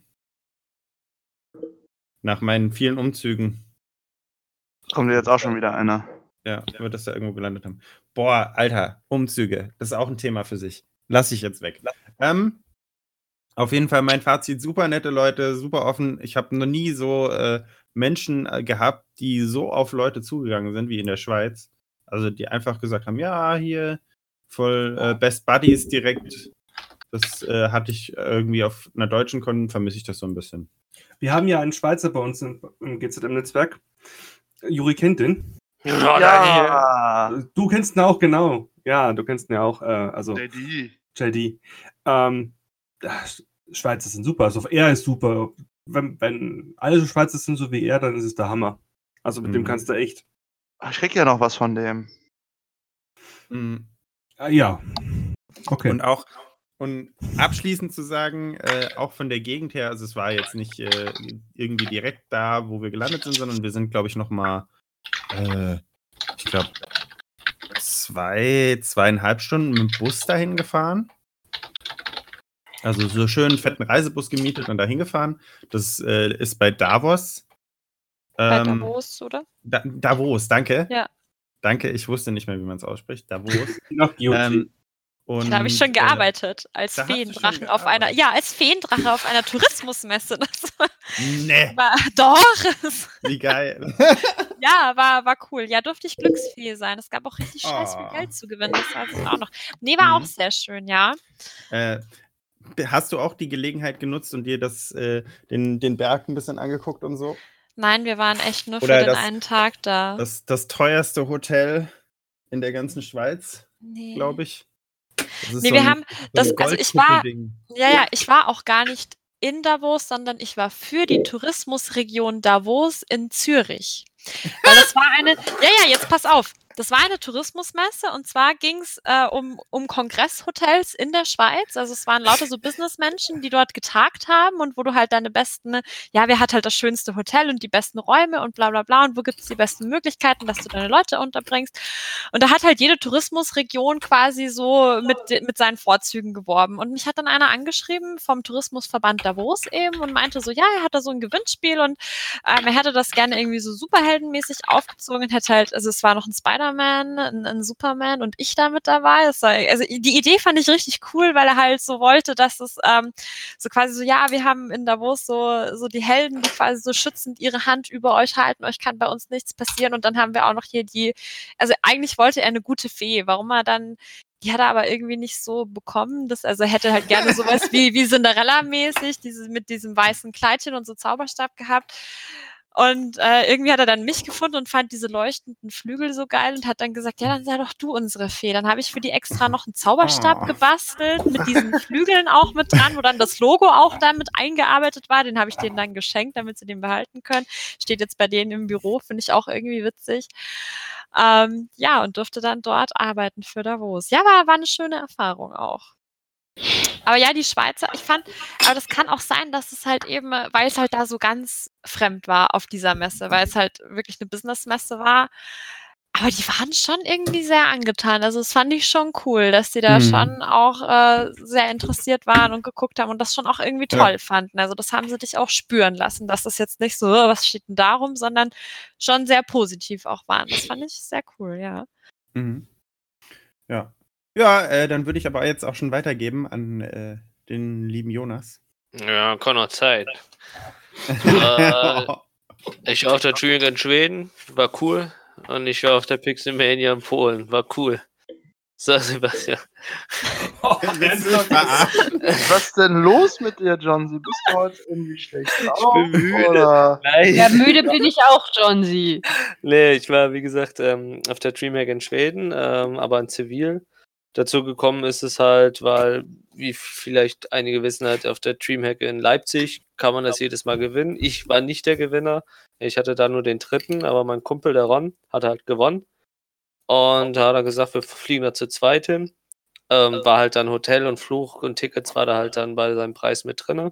Speaker 1: Nach meinen vielen Umzügen.
Speaker 3: Kommt jetzt auch schon wieder einer.
Speaker 1: Ja, wird das da irgendwo gelandet haben. Boah, Alter, Umzüge. Das ist auch ein Thema für sich. Lass ich jetzt weg. Auf jeden Fall mein Fazit, super nette Leute, super offen. Ich habe noch nie so Menschen gehabt, die so auf Leute zugegangen sind wie in der Schweiz. Also die einfach gesagt haben, ja, hier voll Best Buddies direkt. Das hatte ich irgendwie auf einer deutschen Con, vermisse ich das so ein bisschen.
Speaker 2: Wir haben ja einen Schweizer bei uns im GZM-Netzwerk. Juri kennt den.
Speaker 3: Ja,
Speaker 2: Du kennst ihn auch, genau. Ja, du kennst ihn ja auch. Also JD. Schweizer sind super. Also er ist super. Wenn alle Schweizer sind so wie er, dann ist es der Hammer. Also mit dem kannst du echt.
Speaker 3: ich krieg ja noch was von dem.
Speaker 2: Ja. Okay.
Speaker 1: Und abschließend zu sagen, auch von der Gegend her, also es war jetzt nicht irgendwie direkt da, wo wir gelandet sind, sondern wir sind, glaube ich, nochmal, ich glaube, 2,5 Stunden mit dem Bus dahin gefahren. Also so schön einen fetten Reisebus gemietet und dahin gefahren. Das ist bei Davos.
Speaker 4: Bei Davos, oder?
Speaker 1: Davos, danke.
Speaker 4: Ja.
Speaker 1: Danke, ich wusste nicht mehr, wie man es ausspricht. Davos.
Speaker 4: Da habe ich schon gearbeitet als
Speaker 1: da hast du
Speaker 4: Feendrache
Speaker 1: schon
Speaker 4: auf einer,
Speaker 1: gearbeitet.
Speaker 4: ja, als Feendrache auf einer Tourismusmesse. Das
Speaker 1: Nee,
Speaker 4: doch.
Speaker 1: wie geil.
Speaker 4: Ja, war cool. Ja, durfte ich Glücksfee sein. Es gab auch richtig scheiß viel
Speaker 1: Oh.
Speaker 4: Geld zu gewinnen. Das war also auch noch. Nee, war auch sehr schön, ja.
Speaker 1: Hast du auch die Gelegenheit genutzt und dir den Berg ein bisschen angeguckt und so?
Speaker 4: Nein, wir waren echt nur
Speaker 1: Oder
Speaker 4: für den einen Tag da.
Speaker 1: Das teuerste Hotel in der ganzen Schweiz,
Speaker 4: Nee.
Speaker 1: glaube ich.
Speaker 4: Nee, wir haben das, also ich war auch gar nicht in Davos, sondern ich war für die Tourismusregion Davos in Zürich. Weil das war jetzt pass auf. Das war eine Tourismusmesse und zwar ging es um Kongresshotels in der Schweiz. Also es waren lauter so Businessmenschen, die dort getagt haben und wo du halt deine besten, ja, wer hat halt das schönste Hotel und die besten Räume und bla bla bla und wo gibt es die besten Möglichkeiten, dass du deine Leute unterbringst. Und da hat halt jede Tourismusregion quasi so mit seinen Vorzügen geworben. Und mich hat dann einer angeschrieben vom Tourismusverband Davos eben und meinte so, ja, er hat da so ein Gewinnspiel und er hätte das gerne irgendwie so superheldenmäßig aufgezogen und hätte halt, also es war noch ein Spider-Man, ein Superman und ich da mit dabei. Also die Idee fand ich richtig cool, weil er halt so wollte, dass es so quasi so, ja, wir haben in Davos so die Helden, die quasi so schützend ihre Hand über euch halten, euch kann bei uns nichts passieren und dann haben wir auch noch hier also eigentlich wollte er eine gute Fee, warum er dann die hat er aber irgendwie nicht so bekommen. Also er hätte halt gerne sowas wie Cinderella-mäßig, mit diesem weißen Kleidchen und so Zauberstab gehabt. Und irgendwie hat er dann mich gefunden und fand diese leuchtenden Flügel so geil und hat dann gesagt, ja, dann sei doch du unsere Fee. Dann habe ich für die extra noch einen Zauberstab gebastelt, mit diesen Flügeln auch mit dran, wo dann das Logo auch damit eingearbeitet war. Den habe ich denen dann geschenkt, damit sie den behalten können. Steht jetzt bei denen im Büro, finde ich auch irgendwie witzig. Ja, und durfte dann dort arbeiten für Davos. Ja, war eine schöne Erfahrung auch. Aber ja, die Schweizer, aber das kann auch sein, dass es halt eben, weil es halt da so ganz fremd war auf dieser Messe, weil es halt wirklich eine Businessmesse war. Aber die waren schon irgendwie sehr angetan. Also das fand ich schon cool, dass die da schon auch sehr interessiert waren und geguckt haben und das schon auch irgendwie toll fanden. Also das haben sie dich auch spüren lassen, dass das jetzt nicht so, was steht denn darum, sondern schon sehr positiv auch waren. Das fand ich sehr cool, ja.
Speaker 1: Mhm. Ja. Ja, dann würde ich aber jetzt auch schon weitergeben an den lieben Jonas.
Speaker 6: Ja, kann noch Zeit. Ich war auf der Dreamhack in Schweden, war cool. Und ich war auf der Pixelmania in Polen, war cool. So, Sebastian.
Speaker 3: Was denn los mit dir, Johnsy? Bist du heute irgendwie schlecht drauf?
Speaker 6: Ich bin müde.
Speaker 3: Oder?
Speaker 6: Nein.
Speaker 5: Ja, müde bin ich auch, Johnsy.
Speaker 6: Nee, ich war, wie gesagt, auf der Dreamhack in Schweden, aber in Zivil. Dazu gekommen ist es halt, weil, wie vielleicht einige wissen, halt auf der Dreamhack in Leipzig kann man das jedes Mal gewinnen. Ich war nicht der Gewinner. Ich hatte da nur den dritten, aber mein Kumpel, der Ron, hat halt gewonnen. Und da hat er gesagt, wir fliegen da zu zweit hin. War halt dann Hotel und Flug und Tickets war da halt dann bei seinem Preis mit drin.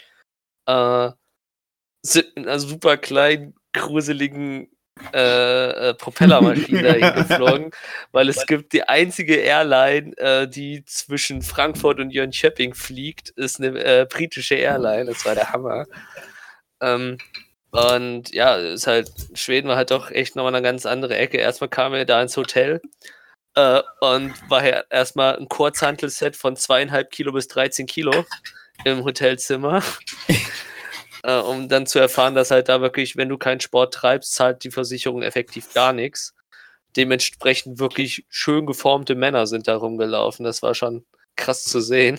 Speaker 6: Sind in einer super kleinen, gruseligen Propellermaschine dahin geflogen, weil es gibt die einzige Airline, die zwischen Frankfurt und Jönköping fliegt, ist eine britische Airline, das war der Hammer. Und ja, ist halt, Schweden war halt doch echt nochmal eine ganz andere Ecke. Erstmal kamen wir da ins Hotel und war ja erstmal ein Kurzhantelset von 2,5 Kilo bis 13 Kilo im Hotelzimmer. Um dann zu erfahren, dass halt da wirklich, wenn du keinen Sport treibst, zahlt die Versicherung effektiv gar nichts. Dementsprechend wirklich schön geformte Männer sind da rumgelaufen. Das war schon krass zu sehen.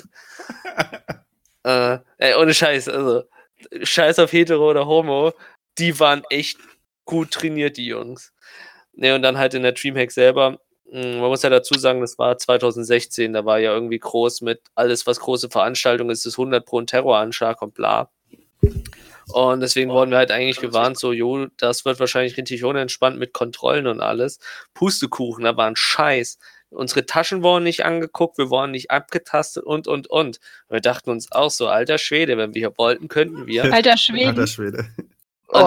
Speaker 6: Ohne Scheiß, also Scheiß auf Hetero oder Homo, die waren echt gut trainiert, die Jungs. Ne, und dann halt in der Dreamhack selber, man muss ja dazu sagen, das war 2016, da war ja irgendwie groß mit alles, was große Veranstaltungen ist, 100 pro ein Terroranschlag und bla. Und deswegen wurden wir halt eigentlich gewarnt, so, jo, das wird wahrscheinlich richtig unentspannt mit Kontrollen und alles. Pustekuchen, da war ein Scheiß. Unsere Taschen wurden nicht angeguckt, wir wurden nicht abgetastet und. Und wir dachten uns auch so, alter Schwede, wenn wir hier wollten, könnten wir.
Speaker 5: Alter Schwede.
Speaker 1: Alter Schwede.
Speaker 6: Und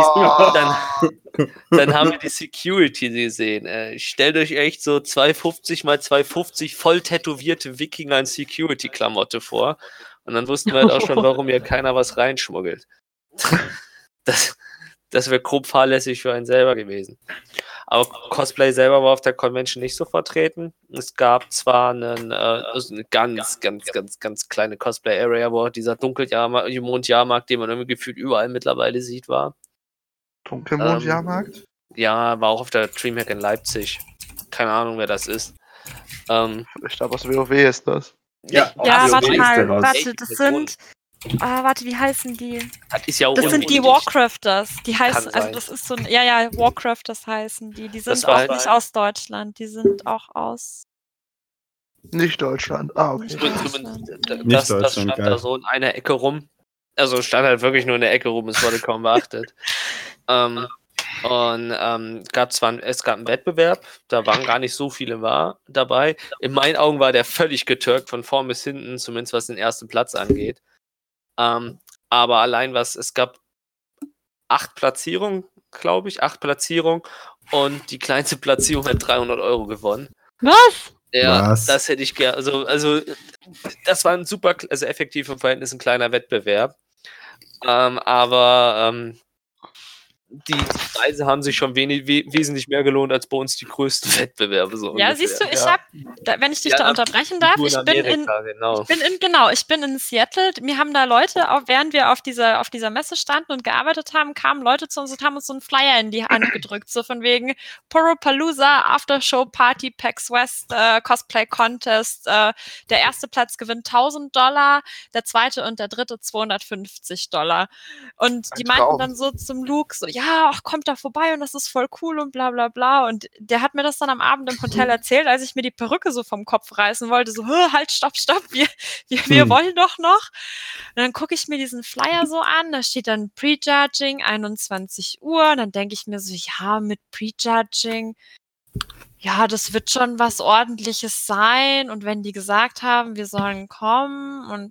Speaker 6: dann haben wir die Security gesehen. Stellt euch echt so 250 mal 250 voll tätowierte Wikinger in Security-Klamotte vor. Und dann wussten wir halt auch schon, warum hier keiner was reinschmuggelt. Das wäre grob fahrlässig für einen selber gewesen. Aber Cosplay selber war auf der Convention nicht so vertreten. Es gab zwar also eine ganz kleine Cosplay-Area, wo dieser Dunkelmond-Jahrmarkt, den man irgendwie gefühlt überall mittlerweile sieht, war.
Speaker 3: Dunkelmond-Jahrmarkt?
Speaker 6: Ja, war auch auf der Dreamhack in Leipzig. Keine Ahnung, wer das ist.
Speaker 3: Ich glaube, aus WoW ist das.
Speaker 4: Ja,
Speaker 6: also,
Speaker 4: warte
Speaker 6: ist
Speaker 4: mal,
Speaker 6: der raus.
Speaker 4: das sind, wie heißen die?
Speaker 6: Das ist ja auch
Speaker 4: Das sind die
Speaker 6: unwichtig.
Speaker 4: Warcrafters. Die heißen,
Speaker 6: Kann
Speaker 4: also
Speaker 6: sein.
Speaker 4: das ist so ein, ja, Warcrafters heißen die. Die
Speaker 6: Das
Speaker 4: sind
Speaker 6: war
Speaker 4: auch
Speaker 6: halt-
Speaker 4: nicht aus Deutschland, die sind auch aus.
Speaker 3: Nicht Deutschland. Ah, okay.
Speaker 6: Das
Speaker 1: Deutschland,
Speaker 6: stand
Speaker 1: geil.
Speaker 6: da so in einer Ecke rum. Also stand halt wirklich nur in der Ecke rum, es wurde kaum beachtet. Und es gab einen Wettbewerb, da waren gar nicht so viele dabei. In meinen Augen war der völlig getürkt, von vorn bis hinten, zumindest was den ersten Platz angeht. Aber allein es gab 8 Platzierungen, glaube ich, 8 Platzierungen und die kleinste Platzierung hat 300 € gewonnen.
Speaker 5: Was?
Speaker 6: Ja,
Speaker 1: Was?
Speaker 6: das hätte ich gerne. Also das war ein super, also effektiv im Verhältnis ein kleiner Wettbewerb. Aber die Preise haben sich schon wesentlich mehr gelohnt als bei uns die größten Wettbewerbe. So
Speaker 4: Ja,
Speaker 6: ungefähr.
Speaker 4: siehst du,
Speaker 3: Ja.
Speaker 4: wenn ich dich da unterbrechen darf, ich bin in Seattle. Mir haben da Leute, während wir auf dieser Messe standen und gearbeitet haben, kamen Leute zu uns und haben uns so einen Flyer in die Hand gedrückt, so von wegen Poropalooza, Aftershow Party, PAX West, Cosplay Contest. Der erste Platz gewinnt $1.000, der zweite und der dritte $250. Und die
Speaker 3: Ein
Speaker 4: meinten
Speaker 3: Traum.
Speaker 4: dann so zum Luke so, ja, ach, kommt da vorbei und das ist voll cool und bla bla bla. Und der hat mir das dann am Abend im Hotel erzählt, als ich mir die Perücke so vom Kopf reißen wollte, so, halt, stopp, wir wollen doch noch. Und dann gucke ich mir diesen Flyer so an, da steht dann Prejudging, 21 Uhr. Und dann denke ich mir so, ja, mit Prejudging, ja, das wird schon was Ordentliches sein. Und wenn die gesagt haben, wir sollen kommen und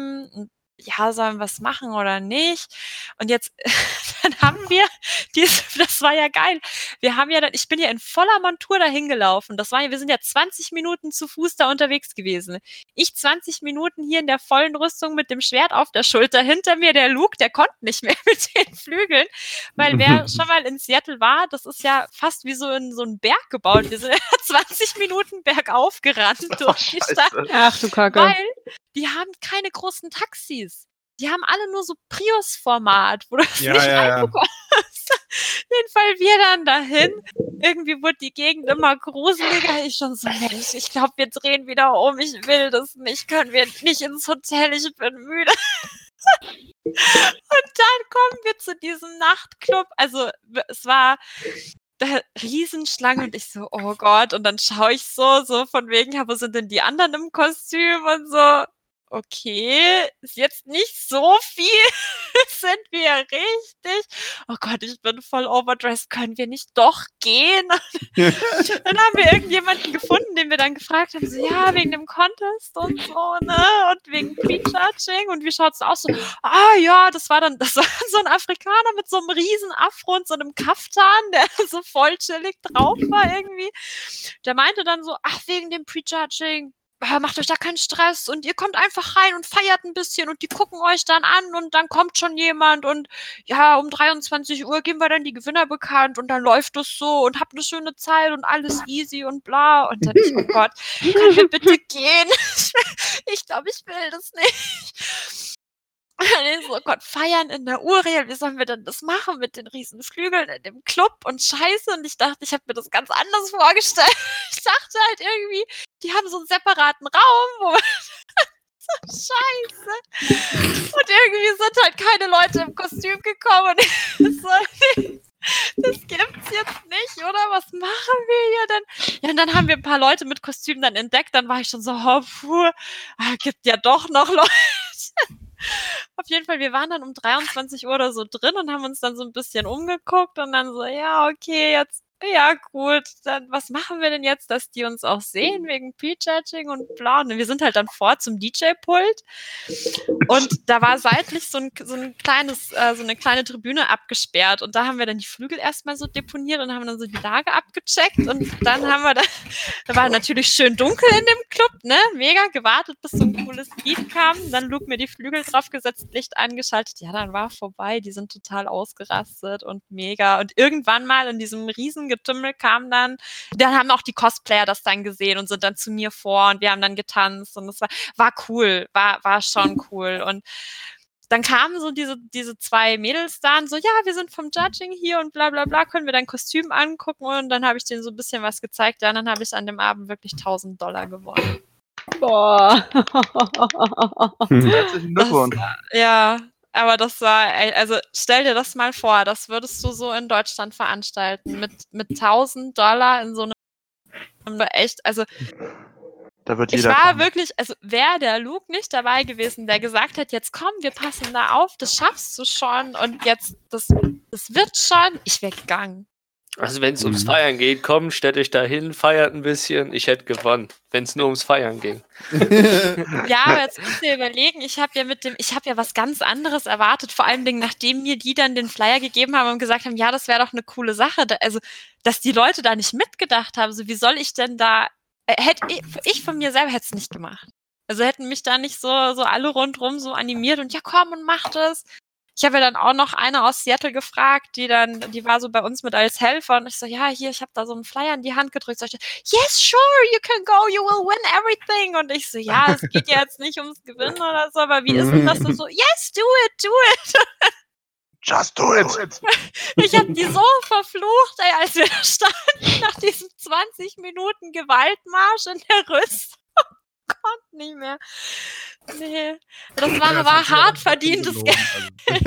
Speaker 4: ja, sollen wir was machen oder nicht? Und jetzt, dann haben wir, das war ja geil. Ich bin ja in voller Montur dahin gelaufen. Wir sind ja 20 Minuten zu Fuß da unterwegs gewesen. Ich 20 Minuten hier in der vollen Rüstung mit dem Schwert auf der Schulter. Hinter mir der Luke, der konnte nicht mehr mit den Flügeln. Weil wer schon mal in Seattle war, das ist ja fast wie so in so einen Berg gebaut. Wir sind 20 Minuten bergauf gerannt durch die Stadt.
Speaker 5: Ach du Kacke.
Speaker 4: Weil die haben keine großen Taxis. Die haben alle nur so Prius-Format, wo du das nicht reinbekommst. Jedenfalls wir dann dahin. Irgendwie wurde die Gegend immer gruseliger. Ich schon so, Mensch, ich glaube, wir drehen wieder um. Ich will das nicht. Können wir nicht ins Hotel? Ich bin müde. Und dann kommen wir zu diesem Nachtclub. Also es war Riesenschlange und ich so, oh Gott. Und dann schaue ich so von wegen, ja, wo sind denn die anderen im Kostüm und so. Okay, ist jetzt nicht so viel, sind wir richtig? Oh Gott, ich bin voll overdressed, können wir nicht doch gehen? Dann haben wir irgendjemanden gefunden, den wir dann gefragt haben, so, ja, wegen dem Contest und so, ne, und wegen Prejudging und wie schaut's aus? So, ja, das war so ein Afrikaner mit so einem riesen Afro und so einem Kaftan, der so voll chillig drauf war irgendwie. Der meinte dann so, ach, wegen dem Prejudging, macht euch da keinen Stress und ihr kommt einfach rein und feiert ein bisschen und die gucken euch dann an und dann kommt schon jemand und ja, um 23 Uhr geben wir dann die Gewinner bekannt und dann läuft es so und habt eine schöne Zeit und alles easy und bla. Und dann oh Gott, können wir bitte gehen? Ich glaube, ich will das nicht. Und so, Gott, feiern in der Uriel, wie sollen wir denn das machen mit den riesen Flügeln in dem Club und Scheiße? Und ich dachte, ich habe mir das ganz anders vorgestellt. Ich dachte halt irgendwie, die haben so einen separaten Raum, wo man so Scheiße. Und irgendwie sind halt keine Leute im Kostüm gekommen. Und das gibt's jetzt nicht, oder? Was machen wir hier denn? Ja, und dann haben wir ein paar Leute mit Kostümen dann entdeckt. Dann war ich schon so, gibt ja doch noch Leute. Auf jeden Fall, wir waren dann um 23 Uhr oder so drin und haben uns dann so ein bisschen umgeguckt und dann so, ja, okay, jetzt, ja gut, dann was machen wir denn jetzt, dass die uns auch sehen wegen Prejudging und bla. Und wir sind halt dann vor zum DJ-Pult und da war seitlich so eine kleine Tribüne abgesperrt und da haben wir dann die Flügel erstmal so deponiert und haben dann so die Lage abgecheckt und dann haben wir da war natürlich schön dunkel in dem Club, ne, mega gewartet, bis so ein cooles Lied kam, dann Luke mir die Flügel draufgesetzt, Licht angeschaltet, ja, dann war vorbei, die sind total ausgerastet und mega und irgendwann mal in diesem riesen Getümmel kam dann haben auch die Cosplayer das dann gesehen und sind dann zu mir vor und wir haben dann getanzt und es war cool, war schon cool und dann kamen so diese 2 Mädels da und so, ja, wir sind vom Judging hier und bla bla bla, können wir dein Kostüm angucken und dann habe ich denen so ein bisschen was gezeigt, ja, und dann habe ich an dem Abend wirklich $1.000 gewonnen.
Speaker 5: Boah.
Speaker 3: Herzlichen Glückwunsch.
Speaker 4: Ja, aber das war, also stell dir das mal vor, das würdest du so in Deutschland veranstalten, mit $1.000 in so einem echt, also
Speaker 3: Da wird
Speaker 4: Ich
Speaker 3: jeder
Speaker 4: war
Speaker 3: kommen.
Speaker 4: wirklich, also wäre der Luke nicht dabei gewesen, der gesagt hat, jetzt komm, wir passen da auf, das schaffst du schon und jetzt, das wird schon, ich wäre gegangen.
Speaker 6: Also wenn es ums
Speaker 1: Mhm.
Speaker 6: Feiern geht, komm, stellt euch da hin, feiert ein bisschen. Ich hätte gewonnen, wenn es nur ums Feiern ging.
Speaker 4: Ja, aber jetzt müsst ihr überlegen, ich habe ja was ganz anderes erwartet, vor allen Dingen, nachdem mir die dann den Flyer gegeben haben und gesagt haben, ja, das wäre doch eine coole Sache. Also, dass die Leute da nicht mitgedacht haben, so wie soll ich denn da, ich von mir selber hätte es nicht gemacht. Also hätten mich da nicht so alle rundrum so animiert und ja, komm und mach das. Ich habe ja dann auch noch eine aus Seattle gefragt, die war so bei uns mit als Helfer und ich so, ja, hier, ich habe da so einen Flyer in die Hand gedrückt. So, yes, sure, you can go, you will win everything. Und ich so, ja, es geht ja jetzt nicht ums Gewinnen oder so, aber wie ist denn das so? Yes, do it.
Speaker 3: Just do it!
Speaker 4: Ich habe die so verflucht, ey, als wir da standen, nach diesem 20 Minuten Gewaltmarsch in der Rüstung. Konnte nicht mehr. Nee, das war hart verdientes Geld.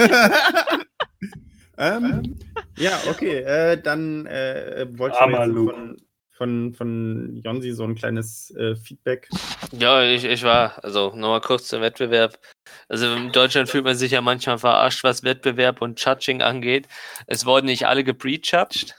Speaker 1: Ja, okay. Dann wollte ich
Speaker 2: Armer
Speaker 1: mir jetzt
Speaker 2: Luke.
Speaker 1: von Jonsi so ein kleines Feedback.
Speaker 6: Ja, ich war, also nochmal kurz zum Wettbewerb. Also in Deutschland fühlt man sich ja manchmal verarscht, was Wettbewerb und Judging angeht. Es wurden nicht alle geprejudged.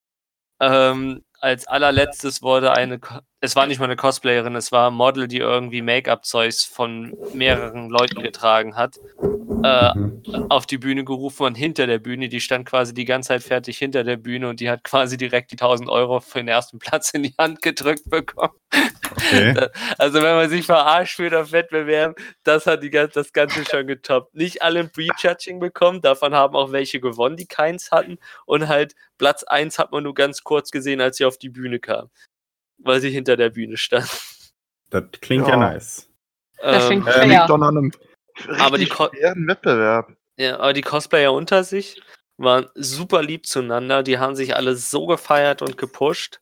Speaker 6: Als allerletztes wurde es war nicht mal eine Cosplayerin, es war ein Model, die irgendwie Make-up-Zeugs von mehreren Leuten getragen hat, auf die Bühne gerufen und hinter der Bühne, die stand quasi die ganze Zeit fertig hinter der Bühne und die hat quasi direkt die 1.000 Euro für den ersten Platz in die Hand gedrückt bekommen.
Speaker 1: Okay.
Speaker 6: Also wenn man sich verarscht fühlt auf Wettbewerben, das hat das Ganze schon getoppt. Nicht alle ein Prejudging bekommen, davon haben auch welche gewonnen, die keins hatten und halt Platz 1 hat man nur ganz kurz gesehen, als sie auf die Bühne kam, weil sie hinter der Bühne stand.
Speaker 1: Das klingt ja
Speaker 3: Ja.
Speaker 1: nice.
Speaker 5: Das klingt
Speaker 3: Liegt
Speaker 5: fair.
Speaker 3: doch noch einem
Speaker 6: Aber die
Speaker 3: richtig fairen Wettbewerb.
Speaker 6: Ja, aber die Cosplayer unter sich waren super lieb zueinander. Die haben sich alle so gefeiert und gepusht.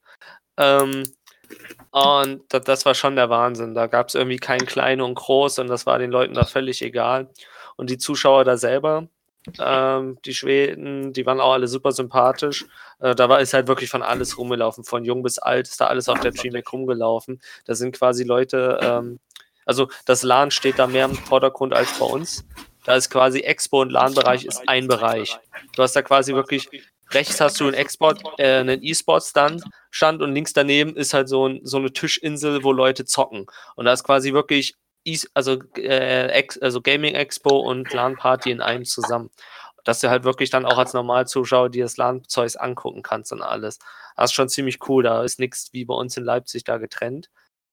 Speaker 6: Und das war schon der Wahnsinn. Da gab es irgendwie kein Klein und Groß und das war den Leuten da völlig egal. Und die Zuschauer da selber, die Schweden, die waren auch alle super sympathisch. Ist halt wirklich von alles rumgelaufen. Von jung bis alt ist da alles auf der DreamHack rumgelaufen. Da sind quasi Leute, also das LAN steht da mehr im Vordergrund als bei uns. Da ist quasi Expo- und LAN-Bereich ist ein Bereich. Du hast da quasi wirklich, rechts hast du einen E-Sport-Stand und links daneben ist halt so eine Tischinsel, wo Leute zocken. Und da ist quasi wirklich Gaming Expo und LAN-Party in einem zusammen. Dass du halt wirklich dann auch als Normalzuschauer dir das LAN-Zeugs angucken kannst und alles. Das ist schon ziemlich cool. Da ist nichts wie bei uns in Leipzig da getrennt.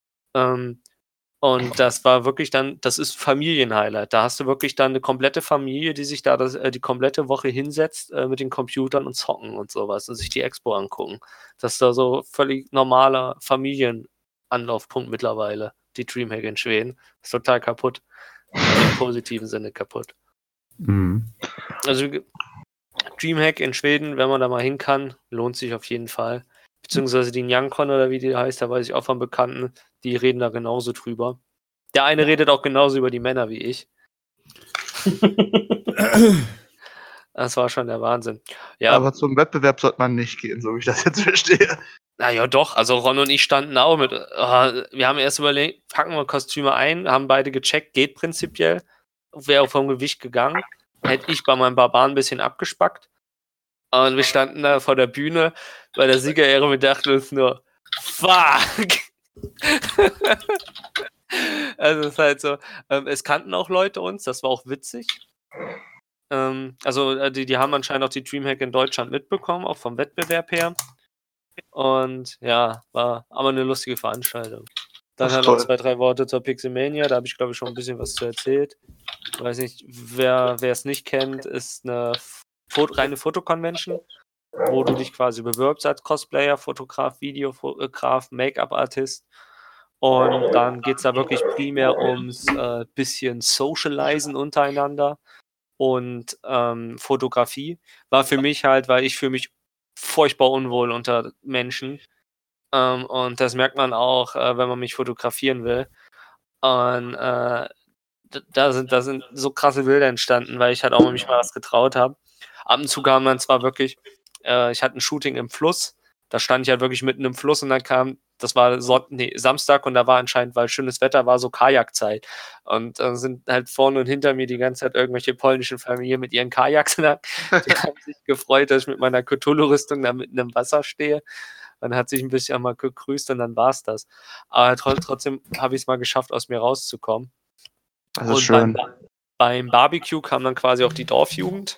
Speaker 6: Und das war wirklich das ist Familienhighlight. Da hast du wirklich dann eine komplette Familie, die sich da die komplette Woche hinsetzt mit den Computern und zocken und sowas und sich die Expo angucken. Das ist da so völlig normaler Familienanlaufpunkt mittlerweile, die DreamHack in Schweden. Ist total kaputt. Im positiven Sinne kaputt.
Speaker 1: Mhm.
Speaker 6: Also DreamHack in Schweden, wenn man da mal hin kann, lohnt sich auf jeden Fall. Beziehungsweise die Nyankon oder wie die heißt, da weiß ich auch von Bekannten, die reden da genauso drüber. Der eine redet auch genauso über die Männer wie ich. Das war schon der Wahnsinn. Ja,
Speaker 3: Aber zum Wettbewerb sollte man nicht gehen, so wie ich das jetzt verstehe.
Speaker 6: naja, doch. Also Ron und ich standen auch mit. Wir haben erst überlegt, packen wir Kostüme ein, haben beide gecheckt, geht prinzipiell. Wäre vom Gewicht gegangen. Hätte ich bei meinem Barbaren ein bisschen abgespackt. Und wir standen da vor der Bühne bei der Siegerehre und wir dachten uns nur, fuck! Also es ist halt so, es kannten auch Leute uns, das war auch witzig. Also die haben anscheinend auch die DreamHack in Deutschland mitbekommen, auch vom Wettbewerb her. Und ja, war aber eine lustige Veranstaltung. Dann
Speaker 3: Das ist
Speaker 6: halt noch
Speaker 3: toll.
Speaker 6: 2, 3 Worte zur Pixelmania, da habe ich glaube ich schon ein bisschen was zu erzählt. Ich weiß nicht, wer es nicht kennt, ist eine reine Fotoconvention, wo du dich quasi bewirbst als Cosplayer, Fotograf, Videograf, Make-up-Artist. Und dann geht es da wirklich primär ums bisschen Socializen untereinander und Fotografie. War für mich halt, weil ich fühle mich furchtbar unwohl unter Menschen. Und das merkt man auch, wenn man mich fotografieren will. Und da sind so krasse Bilder entstanden, weil ich halt auch mich mal was getraut habe. Ab und zu kam dann zwar wirklich, ich hatte ein Shooting im Fluss, da stand ich halt wirklich mitten im Fluss und dann kam das war Samstag und da war anscheinend, weil schönes Wetter war, so Kajakzeit. Und sind halt vorne und hinter mir die ganze Zeit irgendwelche polnischen Familien mit ihren Kajaks lang. Die haben sich gefreut, dass ich mit meiner Cthulhu-Rüstung da mitten im Wasser stehe. Dann hat sich ein bisschen mal gegrüßt und dann war es das. Aber trotzdem habe ich es mal geschafft, aus mir rauszukommen.
Speaker 3: Das ist
Speaker 6: Und
Speaker 3: schön.
Speaker 6: beim Barbecue kam dann quasi auch die Dorfjugend.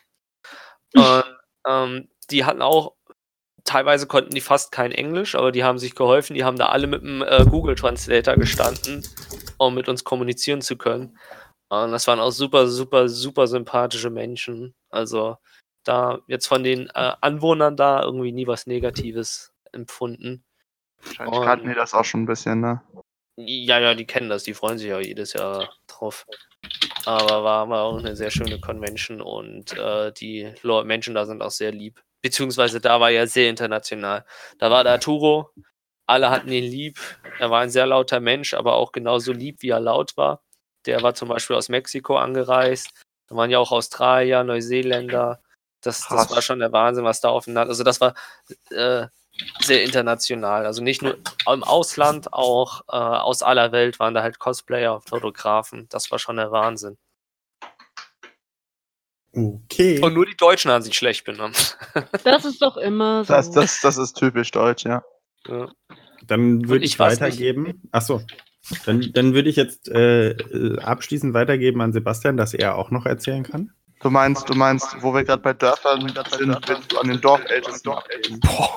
Speaker 6: Und die hatten auch, teilweise konnten die fast kein Englisch, aber die haben sich geholfen. Die haben da alle mit dem Google Translator gestanden, um mit uns kommunizieren zu können. Und das waren auch super, super, super sympathische Menschen. Also da jetzt von den Anwohnern da irgendwie nie was Negatives empfunden.
Speaker 3: Wahrscheinlich kannten die das auch schon ein bisschen, ne?
Speaker 6: Ja, die kennen das, die freuen sich auch jedes Jahr drauf. Aber war auch eine sehr schöne Convention und die Menschen da sind auch sehr lieb. Beziehungsweise da war ja sehr international. Da war der Arturo, alle hatten ihn lieb. Er war ein sehr lauter Mensch, aber auch genauso lieb, wie er laut war. Der war zum Beispiel aus Mexiko angereist. Da waren ja auch Australier, Neuseeländer. Das war schon der Wahnsinn, was da aufeinander. Also das war sehr international. Also nicht nur im Ausland, auch aus aller Welt waren da halt Cosplayer, Fotografen. Das war schon der Wahnsinn.
Speaker 1: Okay.
Speaker 6: Und nur die Deutschen haben sich schlecht benommen.
Speaker 5: Das ist doch immer so.
Speaker 3: Das ist typisch deutsch, ja.
Speaker 6: Ja.
Speaker 1: Dann würde ich
Speaker 6: weiß
Speaker 1: weitergeben. Achso. Dann würde ich jetzt abschließend weitergeben an Sebastian, dass er auch noch erzählen kann.
Speaker 3: Du meinst, wo wir gerade bei Dörfern sind, willst du an den Dorfältesten abgeben.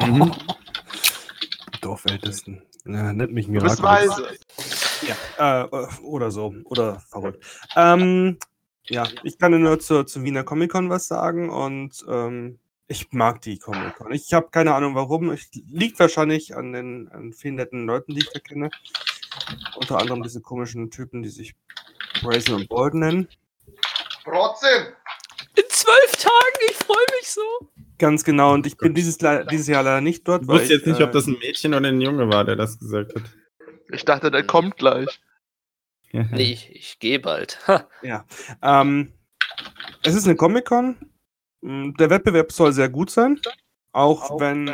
Speaker 2: Dorfältesten. Ja, nennt mich
Speaker 3: Du bist
Speaker 2: Miraculous.
Speaker 3: weise.
Speaker 2: Ja, oder so. Oder verrückt. Ja, ich kann nur zur Wiener Comic-Con was sagen und ich mag die Comic-Con. Ich habe keine Ahnung warum. Liegt wahrscheinlich an vielen netten Leuten, die ich da kenne. Unter anderem diese komischen Typen, die sich Brazen und Bold nennen.
Speaker 3: Trotzdem!
Speaker 6: In 12 Tagen, ich freue mich so.
Speaker 2: Ganz genau, und ich bin dieses Jahr leider nicht dort.
Speaker 1: Ich wusste jetzt nicht, ob das ein Mädchen oder ein Junge war, der das gesagt hat.
Speaker 3: Ich dachte, der kommt gleich.
Speaker 6: Nee, ich gehe bald. Ha.
Speaker 2: Ja. Es ist eine Comic-Con. Der Wettbewerb soll sehr gut sein. Auch wenn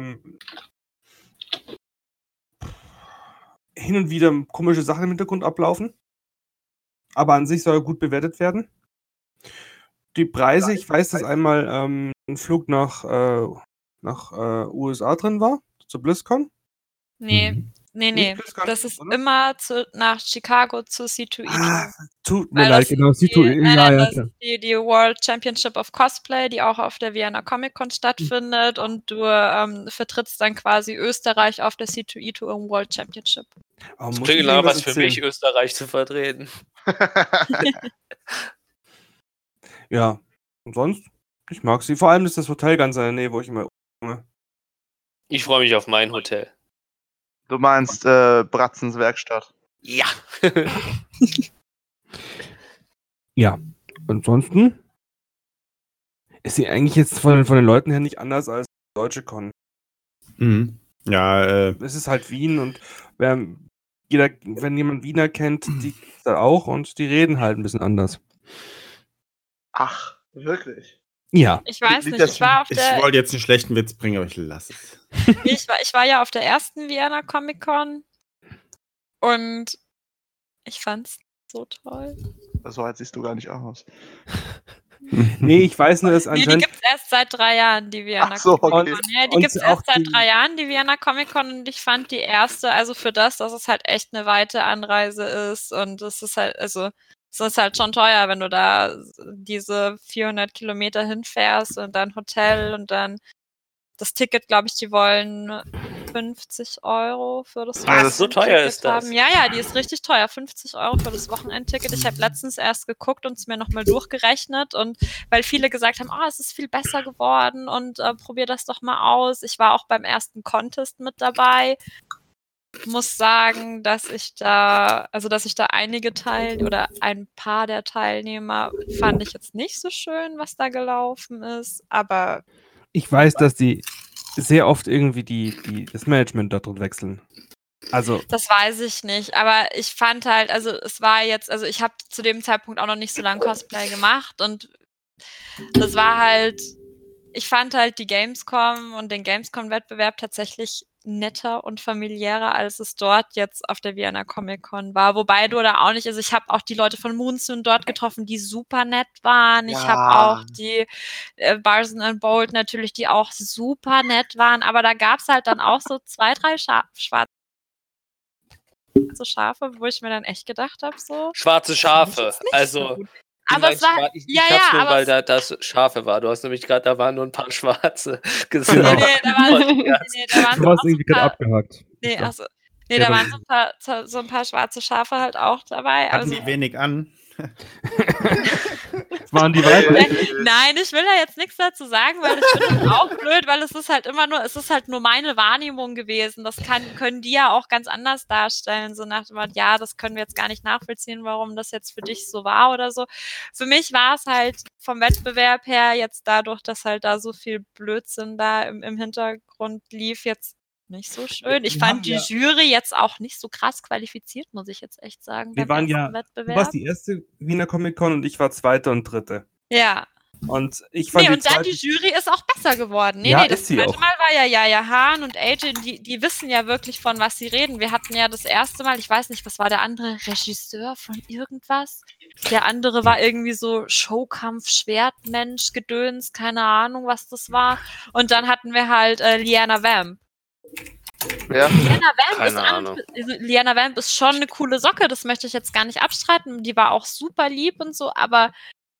Speaker 2: hin und wieder komische Sachen im Hintergrund ablaufen. Aber an sich soll er gut bewertet werden. Die Preise, ich weiß, dass einmal ein Flug nach USA drin war, zur BlizzCon.
Speaker 4: Nee.
Speaker 2: Nicht BlizzCon,
Speaker 4: Das ist
Speaker 2: oder?
Speaker 4: immer nach Chicago zu C2E2.
Speaker 2: Tut mir
Speaker 4: Weil
Speaker 2: leid,
Speaker 4: das
Speaker 2: genau.
Speaker 4: ist das
Speaker 2: klar.
Speaker 4: ist die World Championship of Cosplay, die auch auf der Vienna Comic Con stattfindet und du vertrittst dann quasi Österreich auf der C2E2 im World Championship.
Speaker 2: Oh,
Speaker 6: Das
Speaker 2: muss
Speaker 6: klingt
Speaker 2: ich
Speaker 6: genau
Speaker 2: irgendwas
Speaker 6: was für
Speaker 2: erzählen?
Speaker 6: mich, Österreich zu vertreten.
Speaker 2: Ja, und sonst? Ich mag sie. Vor allem ist das Hotel ganz in der Nähe, wo ich immer.
Speaker 6: Ich freue mich auf mein Hotel.
Speaker 3: Du meinst Bratzens Werkstatt.
Speaker 6: Ja.
Speaker 2: Ja. Ansonsten ist sie eigentlich jetzt von den Leuten her nicht anders als die deutsche Con.
Speaker 1: Mhm. Ja,
Speaker 2: Es ist halt Wien und wenn jemand Wiener kennt, die gibt's da auch und die reden halt ein bisschen anders.
Speaker 3: Ach, wirklich?
Speaker 2: Ja.
Speaker 4: Ich weiß
Speaker 3: Liegt
Speaker 4: nicht,
Speaker 3: das
Speaker 4: ich war auf
Speaker 1: ich
Speaker 4: der
Speaker 1: wollte jetzt einen schlechten Witz bringen, aber ich lasse es.
Speaker 4: ich war ja auf der ersten Vienna Comic Con und ich fand's so toll.
Speaker 3: So alt siehst du gar nicht aus.
Speaker 2: Nee, ich weiß nur, dass
Speaker 4: Nee, die
Speaker 2: anscheinend.
Speaker 4: gibt's erst seit 3 Jahren, die Vienna
Speaker 3: Ach so,
Speaker 4: Comic
Speaker 3: okay.
Speaker 4: Con. Ja, die
Speaker 2: Und
Speaker 4: gibt's
Speaker 2: auch
Speaker 4: erst seit
Speaker 2: die-
Speaker 4: 3 Jahren, die Vienna Comic Con, und ich fand die erste, also für das, dass es halt echt eine weite Anreise ist und es ist halt, also es ist halt schon teuer, wenn du da diese 400 Kilometer hinfährst und dann Hotel und dann das Ticket, glaube ich, die wollen 50 € für das
Speaker 6: Was? So teuer
Speaker 4: Wochenendticket
Speaker 6: ist das?
Speaker 4: haben. Ja, die ist richtig teuer. 50 € für das Wochenendticket. Ich habe letztens erst geguckt und es mir nochmal durchgerechnet, und weil viele gesagt haben, es ist viel besser geworden und probier das doch mal aus. Ich war auch beim ersten Contest mit dabei. Muss sagen, dass ich da einige oder ein paar der Teilnehmer fand ich jetzt nicht so schön, was da gelaufen ist, aber
Speaker 2: Ich weiß, dass die sehr oft irgendwie das Management dort wechseln. Also,
Speaker 4: das weiß ich nicht, aber ich fand halt, also es war jetzt, also ich habe zu dem Zeitpunkt auch noch nicht so lange Cosplay gemacht und das war halt, ich fand halt die Gamescom und den Gamescom-Wettbewerb tatsächlich netter und familiärer, als es dort jetzt auf der Vienna Comic-Con war. Wobei du da auch nicht, also ich habe auch die Leute von Moonstone dort getroffen, die super nett waren. Ich habe auch die Barson & Bold natürlich, die auch super nett waren. Aber da gab es halt dann auch so 2, 3 schwarze Schafe, wo ich mir dann echt gedacht habe, so.
Speaker 6: Schwarze Schafe.
Speaker 4: jetzt nicht
Speaker 6: Also,
Speaker 4: so gut.
Speaker 6: du
Speaker 4: Aber es
Speaker 6: meinst
Speaker 4: war,
Speaker 6: ich
Speaker 4: ja,
Speaker 6: hab's
Speaker 4: ja,
Speaker 6: nur,
Speaker 4: aber
Speaker 6: weil
Speaker 4: es,
Speaker 6: da das Schafe war. Du hast nämlich gerade, da waren nur ein paar Schwarze
Speaker 4: nee,
Speaker 6: gesehen.
Speaker 2: Genau.
Speaker 4: nee, da waren,
Speaker 6: Ja.
Speaker 4: nee, da waren
Speaker 2: Du
Speaker 4: so
Speaker 2: warst
Speaker 4: auch so
Speaker 2: irgendwie
Speaker 4: ein
Speaker 2: gerade
Speaker 4: paar,
Speaker 2: abgehakt.
Speaker 4: nee,
Speaker 2: Ja.
Speaker 4: also, nee,
Speaker 2: Ja,
Speaker 4: da
Speaker 2: aber-
Speaker 4: waren so ein paar schwarze Schafe halt auch dabei.
Speaker 1: Hatten
Speaker 4: Also,
Speaker 1: die wenig an?
Speaker 2: Waren die weiblich?
Speaker 4: nein, ich will da jetzt nichts dazu sagen, weil ich finde es auch blöd, weil es ist halt nur meine Wahrnehmung gewesen. Das können die ja auch ganz anders darstellen, so nach dem Motto, ja, das können wir jetzt gar nicht nachvollziehen, warum das jetzt für dich so war oder so. Für mich war es halt vom Wettbewerb her jetzt dadurch, dass halt da so viel Blödsinn da im Hintergrund lief, jetzt nicht so schön. Ich
Speaker 2: Wir
Speaker 4: fand
Speaker 2: haben
Speaker 4: die
Speaker 2: ja-
Speaker 4: Jury jetzt auch nicht so krass qualifiziert, muss ich jetzt echt sagen,
Speaker 2: Wir
Speaker 4: beim
Speaker 2: waren
Speaker 4: ersten
Speaker 2: ja, du
Speaker 4: Wettbewerb.
Speaker 2: warst die erste Wiener Comic-Con und ich war zweite und dritte.
Speaker 4: Ja.
Speaker 2: Und ich fand
Speaker 4: Nee,
Speaker 2: die
Speaker 4: und dann
Speaker 2: zweite...
Speaker 4: die Jury ist auch besser geworden. Nee,
Speaker 2: Ja,
Speaker 4: nee, das
Speaker 2: ist sie
Speaker 4: zweite
Speaker 2: auch.
Speaker 4: Mal war ja Yaya Hahn und AJ, die wissen ja wirklich, von was sie reden. Wir hatten ja das erste Mal, ich weiß nicht, was war der andere? Regisseur von irgendwas? Der andere war irgendwie so Showkampf, Schwertmensch, Gedöns, keine Ahnung, was das war. Und dann hatten wir halt Liana Vamp.
Speaker 3: Ja.
Speaker 6: Keine Ahnung.
Speaker 4: Liana Vamp ist schon eine coole Socke, das möchte ich jetzt gar nicht abstreiten. Die war auch super lieb und so, aber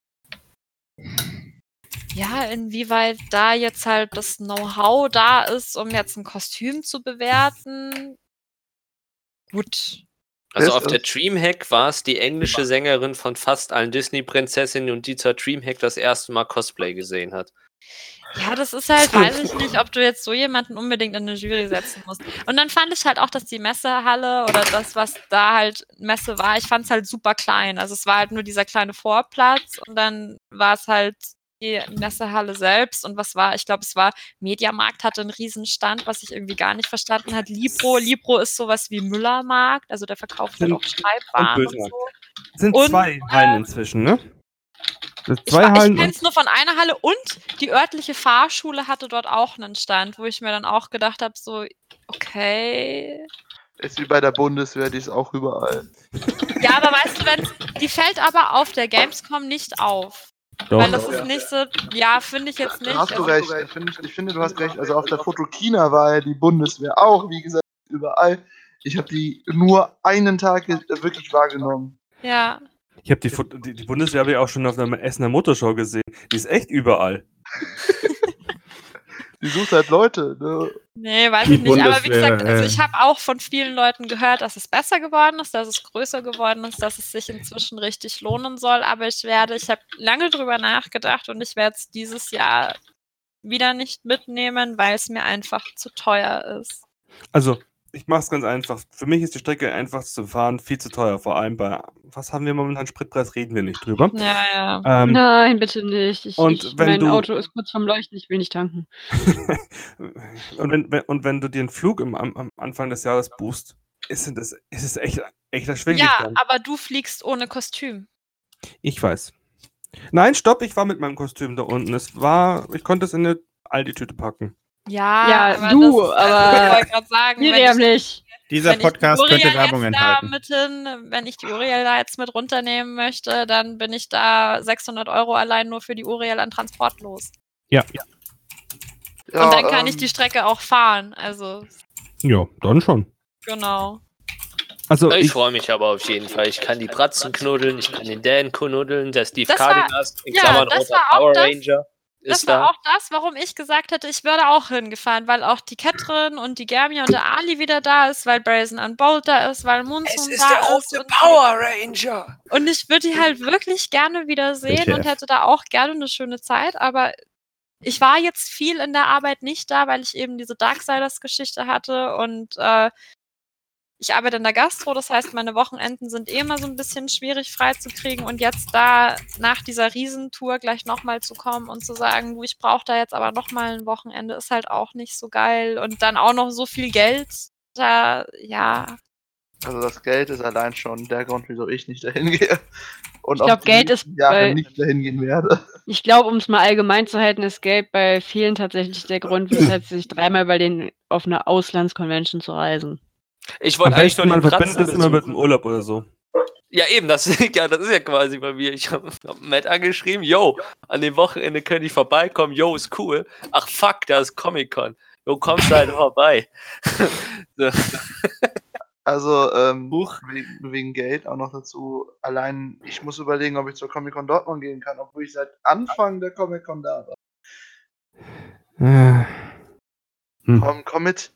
Speaker 4: ja, inwieweit da jetzt halt das Know-how da ist, um jetzt ein Kostüm zu bewerten. Gut.
Speaker 6: Also
Speaker 3: Das
Speaker 6: auf der
Speaker 3: ist-
Speaker 6: Dreamhack war es die englische Sängerin von fast allen Disney-Prinzessinnen und die zur Dreamhack das erste Mal Cosplay gesehen hat.
Speaker 4: Ja, das ist halt, weiß ich nicht, ob du jetzt so jemanden unbedingt in eine Jury setzen musst. Und dann fand ich halt auch, dass die Messehalle oder das, was da halt Messe war, ich fand es halt super klein. Also es war halt nur dieser kleine Vorplatz und dann war es halt die Messehalle selbst und ich glaube, es war, Mediamarkt hatte einen Riesenstand, was ich irgendwie gar nicht verstanden habe. Libro ist sowas wie Müllermarkt, also der verkauft halt auch Schreibwaren und
Speaker 2: Bösemarkt.
Speaker 4: so.
Speaker 2: Sind
Speaker 4: Und,
Speaker 2: zwei Hallen inzwischen, ne? Das
Speaker 4: Ich
Speaker 2: zwei Hallen
Speaker 4: kenne
Speaker 2: und
Speaker 4: es nur von einer Halle und die örtliche Fahrschule hatte dort auch einen Stand, wo ich mir dann auch gedacht habe, so, okay.
Speaker 3: Ist wie bei der Bundeswehr, die ist auch überall.
Speaker 4: Ja, aber weißt du, die fällt aber auf der Gamescom nicht auf.
Speaker 2: doch.
Speaker 4: Weil das ist nicht so, ja, finde ich jetzt nicht.
Speaker 3: Da hast du
Speaker 4: Also,
Speaker 3: recht. Ich finde, du hast recht. Also auf der Fotokina war ja die Bundeswehr auch, wie gesagt, überall. Ich habe die nur einen Tag wirklich wahrgenommen.
Speaker 4: ja.
Speaker 2: Ich habe die Bundeswehr habe ich auch schon auf einer Essener Motorshow gesehen. Die ist echt überall.
Speaker 3: Die sucht halt Leute. Ne?
Speaker 4: Nee, weiß
Speaker 1: Die
Speaker 4: ich nicht. Aber wie
Speaker 1: Bundeswehr,
Speaker 4: gesagt, also ich habe auch von vielen Leuten gehört, dass es besser geworden ist, dass es größer geworden ist, dass es sich inzwischen richtig lohnen soll. Aber ich habe lange drüber nachgedacht und ich werde es dieses Jahr wieder nicht mitnehmen, weil es mir einfach zu teuer ist.
Speaker 2: Also, ich mache es ganz einfach. Für mich ist die Strecke einfach zu fahren viel zu teuer. Vor allem bei, was haben wir momentan? Spritpreis, reden wir nicht drüber.
Speaker 4: Ja, ja.
Speaker 5: Nein, bitte nicht.
Speaker 2: Und wenn
Speaker 5: Mein
Speaker 2: du-
Speaker 5: Auto ist kurz vorm Leuchten, ich will nicht tanken.
Speaker 2: und wenn du dir einen Flug am Anfang des Jahres buchst, ist es echt erschwinglich.
Speaker 4: Ja,
Speaker 2: dann.
Speaker 4: aber du fliegst ohne Kostüm.
Speaker 2: Ich weiß. Nein, stopp, ich war mit meinem Kostüm da unten. Ich konnte es in eine Aldi-Tüte packen.
Speaker 4: Ja,
Speaker 5: Ja,
Speaker 4: aber
Speaker 5: du,
Speaker 4: das,
Speaker 5: aber
Speaker 4: ich wollte gerade sagen,
Speaker 5: Wie
Speaker 4: wenn ich,
Speaker 5: dämlich.
Speaker 1: Dieser
Speaker 4: wenn ich die
Speaker 1: Podcast
Speaker 4: Uriel
Speaker 1: könnte Werbung
Speaker 4: jetzt da
Speaker 1: enthalten.
Speaker 4: wenn ich die Uriel da jetzt mit runternehmen möchte, dann bin ich da 600 € allein nur für die Uriel an Transport los.
Speaker 2: Ja.
Speaker 3: Ja,
Speaker 4: Und dann kann ich die Strecke auch fahren. Also,
Speaker 2: Ja, dann schon.
Speaker 4: genau.
Speaker 2: Also,
Speaker 6: Ich freue mich aber auf jeden Fall. Ich kann die Bratzen knuddeln, ich kann den Dan knuddeln, der Steve
Speaker 4: Das war-
Speaker 6: Cardenas, in
Speaker 4: ja,
Speaker 6: Klammern
Speaker 4: das
Speaker 6: roter
Speaker 4: war auch
Speaker 6: Power
Speaker 4: das-
Speaker 6: Ranger,
Speaker 4: Das
Speaker 6: ist
Speaker 4: war
Speaker 6: da.
Speaker 4: auch das, warum ich gesagt hätte, ich würde auch hingefahren, weil auch die Catherine und die Germia und der Ali wieder da ist, weil Brazen and Bold da ist, weil Moonsoon da ist.
Speaker 6: Power Ranger!
Speaker 4: Und ich würde die halt wirklich gerne wieder sehen und
Speaker 1: WTF.
Speaker 4: hätte da auch gerne eine schöne Zeit, aber ich war jetzt viel in der Arbeit nicht da, weil ich eben diese Darksiders-Geschichte hatte und ich arbeite in der Gastro, das heißt, meine Wochenenden sind immer so ein bisschen schwierig freizukriegen und jetzt da nach dieser Riesentour gleich nochmal zu kommen und zu sagen, du, ich brauche da jetzt aber nochmal ein Wochenende, ist halt auch nicht so geil und dann auch noch so viel Geld, da, ja,
Speaker 3: Also das Geld ist allein schon der Grund, wieso ich nicht dahin gehe. Und
Speaker 5: Ich glaub,
Speaker 3: die
Speaker 5: Geld ist
Speaker 3: nächsten Jahre
Speaker 5: bei-
Speaker 3: nicht dahin gehen werde.
Speaker 5: Ich glaube, um es mal allgemein zu halten, ist Geld bei vielen tatsächlich der Grund, weshalb sie sich dreimal bei denen auf eine Auslandsconvention zu reisen.
Speaker 6: Ich
Speaker 2: Am
Speaker 6: wollte eigentlich
Speaker 2: besten
Speaker 6: nur
Speaker 2: man
Speaker 6: den
Speaker 2: verbindet
Speaker 6: Pratzen
Speaker 2: das immer mit
Speaker 6: besuchen.
Speaker 2: dem Urlaub oder so.
Speaker 6: Ja, eben, das ist ja quasi bei mir. Ich habe Matt angeschrieben, yo, an dem Wochenende könnte ich vorbeikommen, yo, ist cool. Ach fuck, da ist Comic-Con. Jo, kommst du halt vorbei. So.
Speaker 3: Also,
Speaker 6: Huch.
Speaker 3: wegen Geld auch noch dazu. Allein, ich muss überlegen, ob ich zur Comic-Con Dortmund gehen kann, obwohl ich seit Anfang der Comic-Con da war. Komm mit.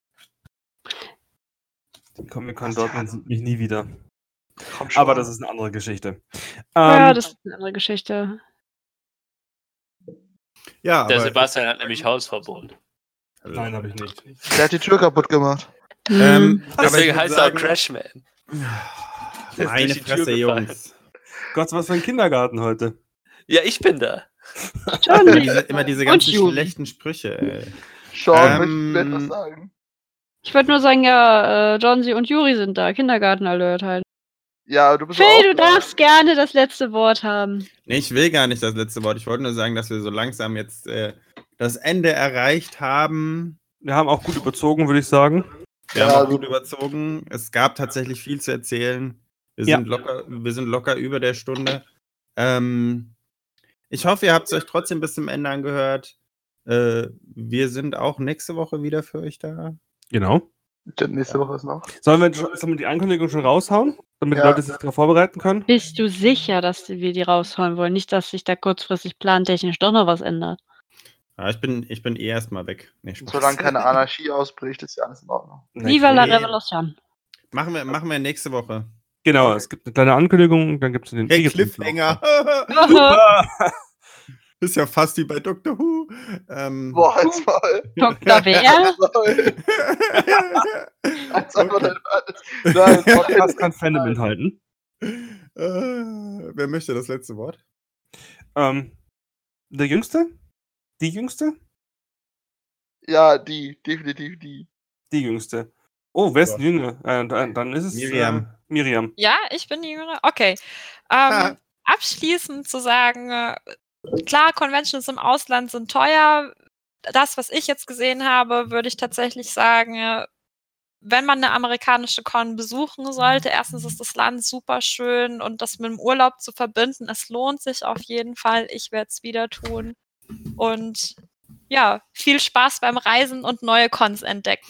Speaker 2: Die Comic-Con Dortmund sieht mich nie wieder.
Speaker 3: Komm schon.
Speaker 2: Aber das ist eine andere Geschichte.
Speaker 5: Ja, das ist eine andere Geschichte.
Speaker 1: Ja,
Speaker 6: Der
Speaker 1: aber
Speaker 6: Sebastian hat nämlich Hausverbot.
Speaker 2: Nein, habe ich nicht.
Speaker 3: Der hat die Tür kaputt gemacht.
Speaker 1: aber ich
Speaker 6: Deswegen
Speaker 1: würd
Speaker 6: heißt er auch
Speaker 1: sagen,
Speaker 6: Crashman.
Speaker 1: meine
Speaker 6: durch die Tür
Speaker 1: Fresse,
Speaker 6: gefallen.
Speaker 1: Jungs.
Speaker 2: Gott, was für ein Kindergarten heute.
Speaker 6: Ja, ich bin da.
Speaker 1: Immer diese
Speaker 5: Und
Speaker 1: ganzen
Speaker 5: Juli.
Speaker 1: schlechten Sprüche, ey.
Speaker 3: Sean, möchtest du etwas sagen?
Speaker 5: Ich wollte nur sagen, ja, Johnsy und Juri sind da. Kindergarten-Alert halt.
Speaker 3: Ja, du bist
Speaker 5: Phil,
Speaker 3: auch
Speaker 5: du
Speaker 3: da.
Speaker 5: darfst gerne das letzte Wort haben.
Speaker 1: Nee, ich will gar nicht das letzte Wort. Ich wollte nur sagen, dass wir so langsam jetzt das Ende erreicht haben.
Speaker 2: Wir haben auch gut überzogen, würde ich sagen.
Speaker 1: Wir
Speaker 3: Ja,
Speaker 1: haben auch
Speaker 3: also-
Speaker 1: gut überzogen. Es gab tatsächlich viel zu erzählen. Wir
Speaker 2: Ja.
Speaker 1: sind locker über der Stunde. Ich hoffe, ihr habt es euch trotzdem bis zum Ende angehört. Wir sind auch nächste Woche wieder für euch da.
Speaker 2: Genau.
Speaker 3: Nächste Woche ist noch.
Speaker 2: Sollen wir die Ankündigung schon raushauen? Damit die
Speaker 3: Ja.
Speaker 2: Leute sich darauf vorbereiten können?
Speaker 5: Bist du sicher, dass wir die rausholen wollen? Nicht, dass sich da kurzfristig plantechnisch doch noch was ändert.
Speaker 1: Ja, ich bin eh erstmal weg. Nee, Spaß.
Speaker 3: Solange keine Anarchie ausbricht, ist ja alles in Ordnung.
Speaker 5: Viva la
Speaker 1: nee.
Speaker 5: Revolution.
Speaker 1: Machen wir nächste Woche.
Speaker 2: Genau, es gibt eine kleine Ankündigung und dann gibt es den
Speaker 1: Hey,
Speaker 2: Tiger-
Speaker 1: Cliffhanger.
Speaker 2: Super!
Speaker 1: Ist ja fast wie bei Doctor Who.
Speaker 3: Boah, jetzt mal.
Speaker 5: Dr. Wer?
Speaker 3: Als einfach dein Nein,
Speaker 2: Podcast kann Fandom enthalten.
Speaker 1: Wer möchte das letzte Wort?
Speaker 2: Der Jüngste? Die Jüngste?
Speaker 3: ja, definitiv die.
Speaker 2: Die Jüngste. Oh, wer ist
Speaker 1: So.
Speaker 2: die Jüngere? Dann ist es
Speaker 1: Miriam.
Speaker 2: Miriam.
Speaker 4: Ja, ich bin die Jüngere. Okay. Abschließend zu sagen, klar, Conventions im Ausland sind teuer. Das, was ich jetzt gesehen habe, würde ich tatsächlich sagen, wenn man eine amerikanische Con besuchen sollte, erstens ist das Land super schön und das mit dem Urlaub zu verbinden, es lohnt sich auf jeden Fall. Ich werde es wieder tun. Und ja, viel Spaß beim Reisen und neue Cons entdecken.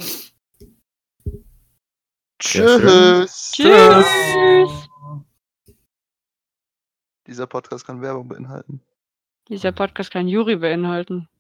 Speaker 1: Sehr schön.
Speaker 3: Tschüss.
Speaker 5: Tschüss.
Speaker 3: Dieser Podcast kann Werbung beinhalten.
Speaker 5: Dieser Podcast kann Juri beinhalten.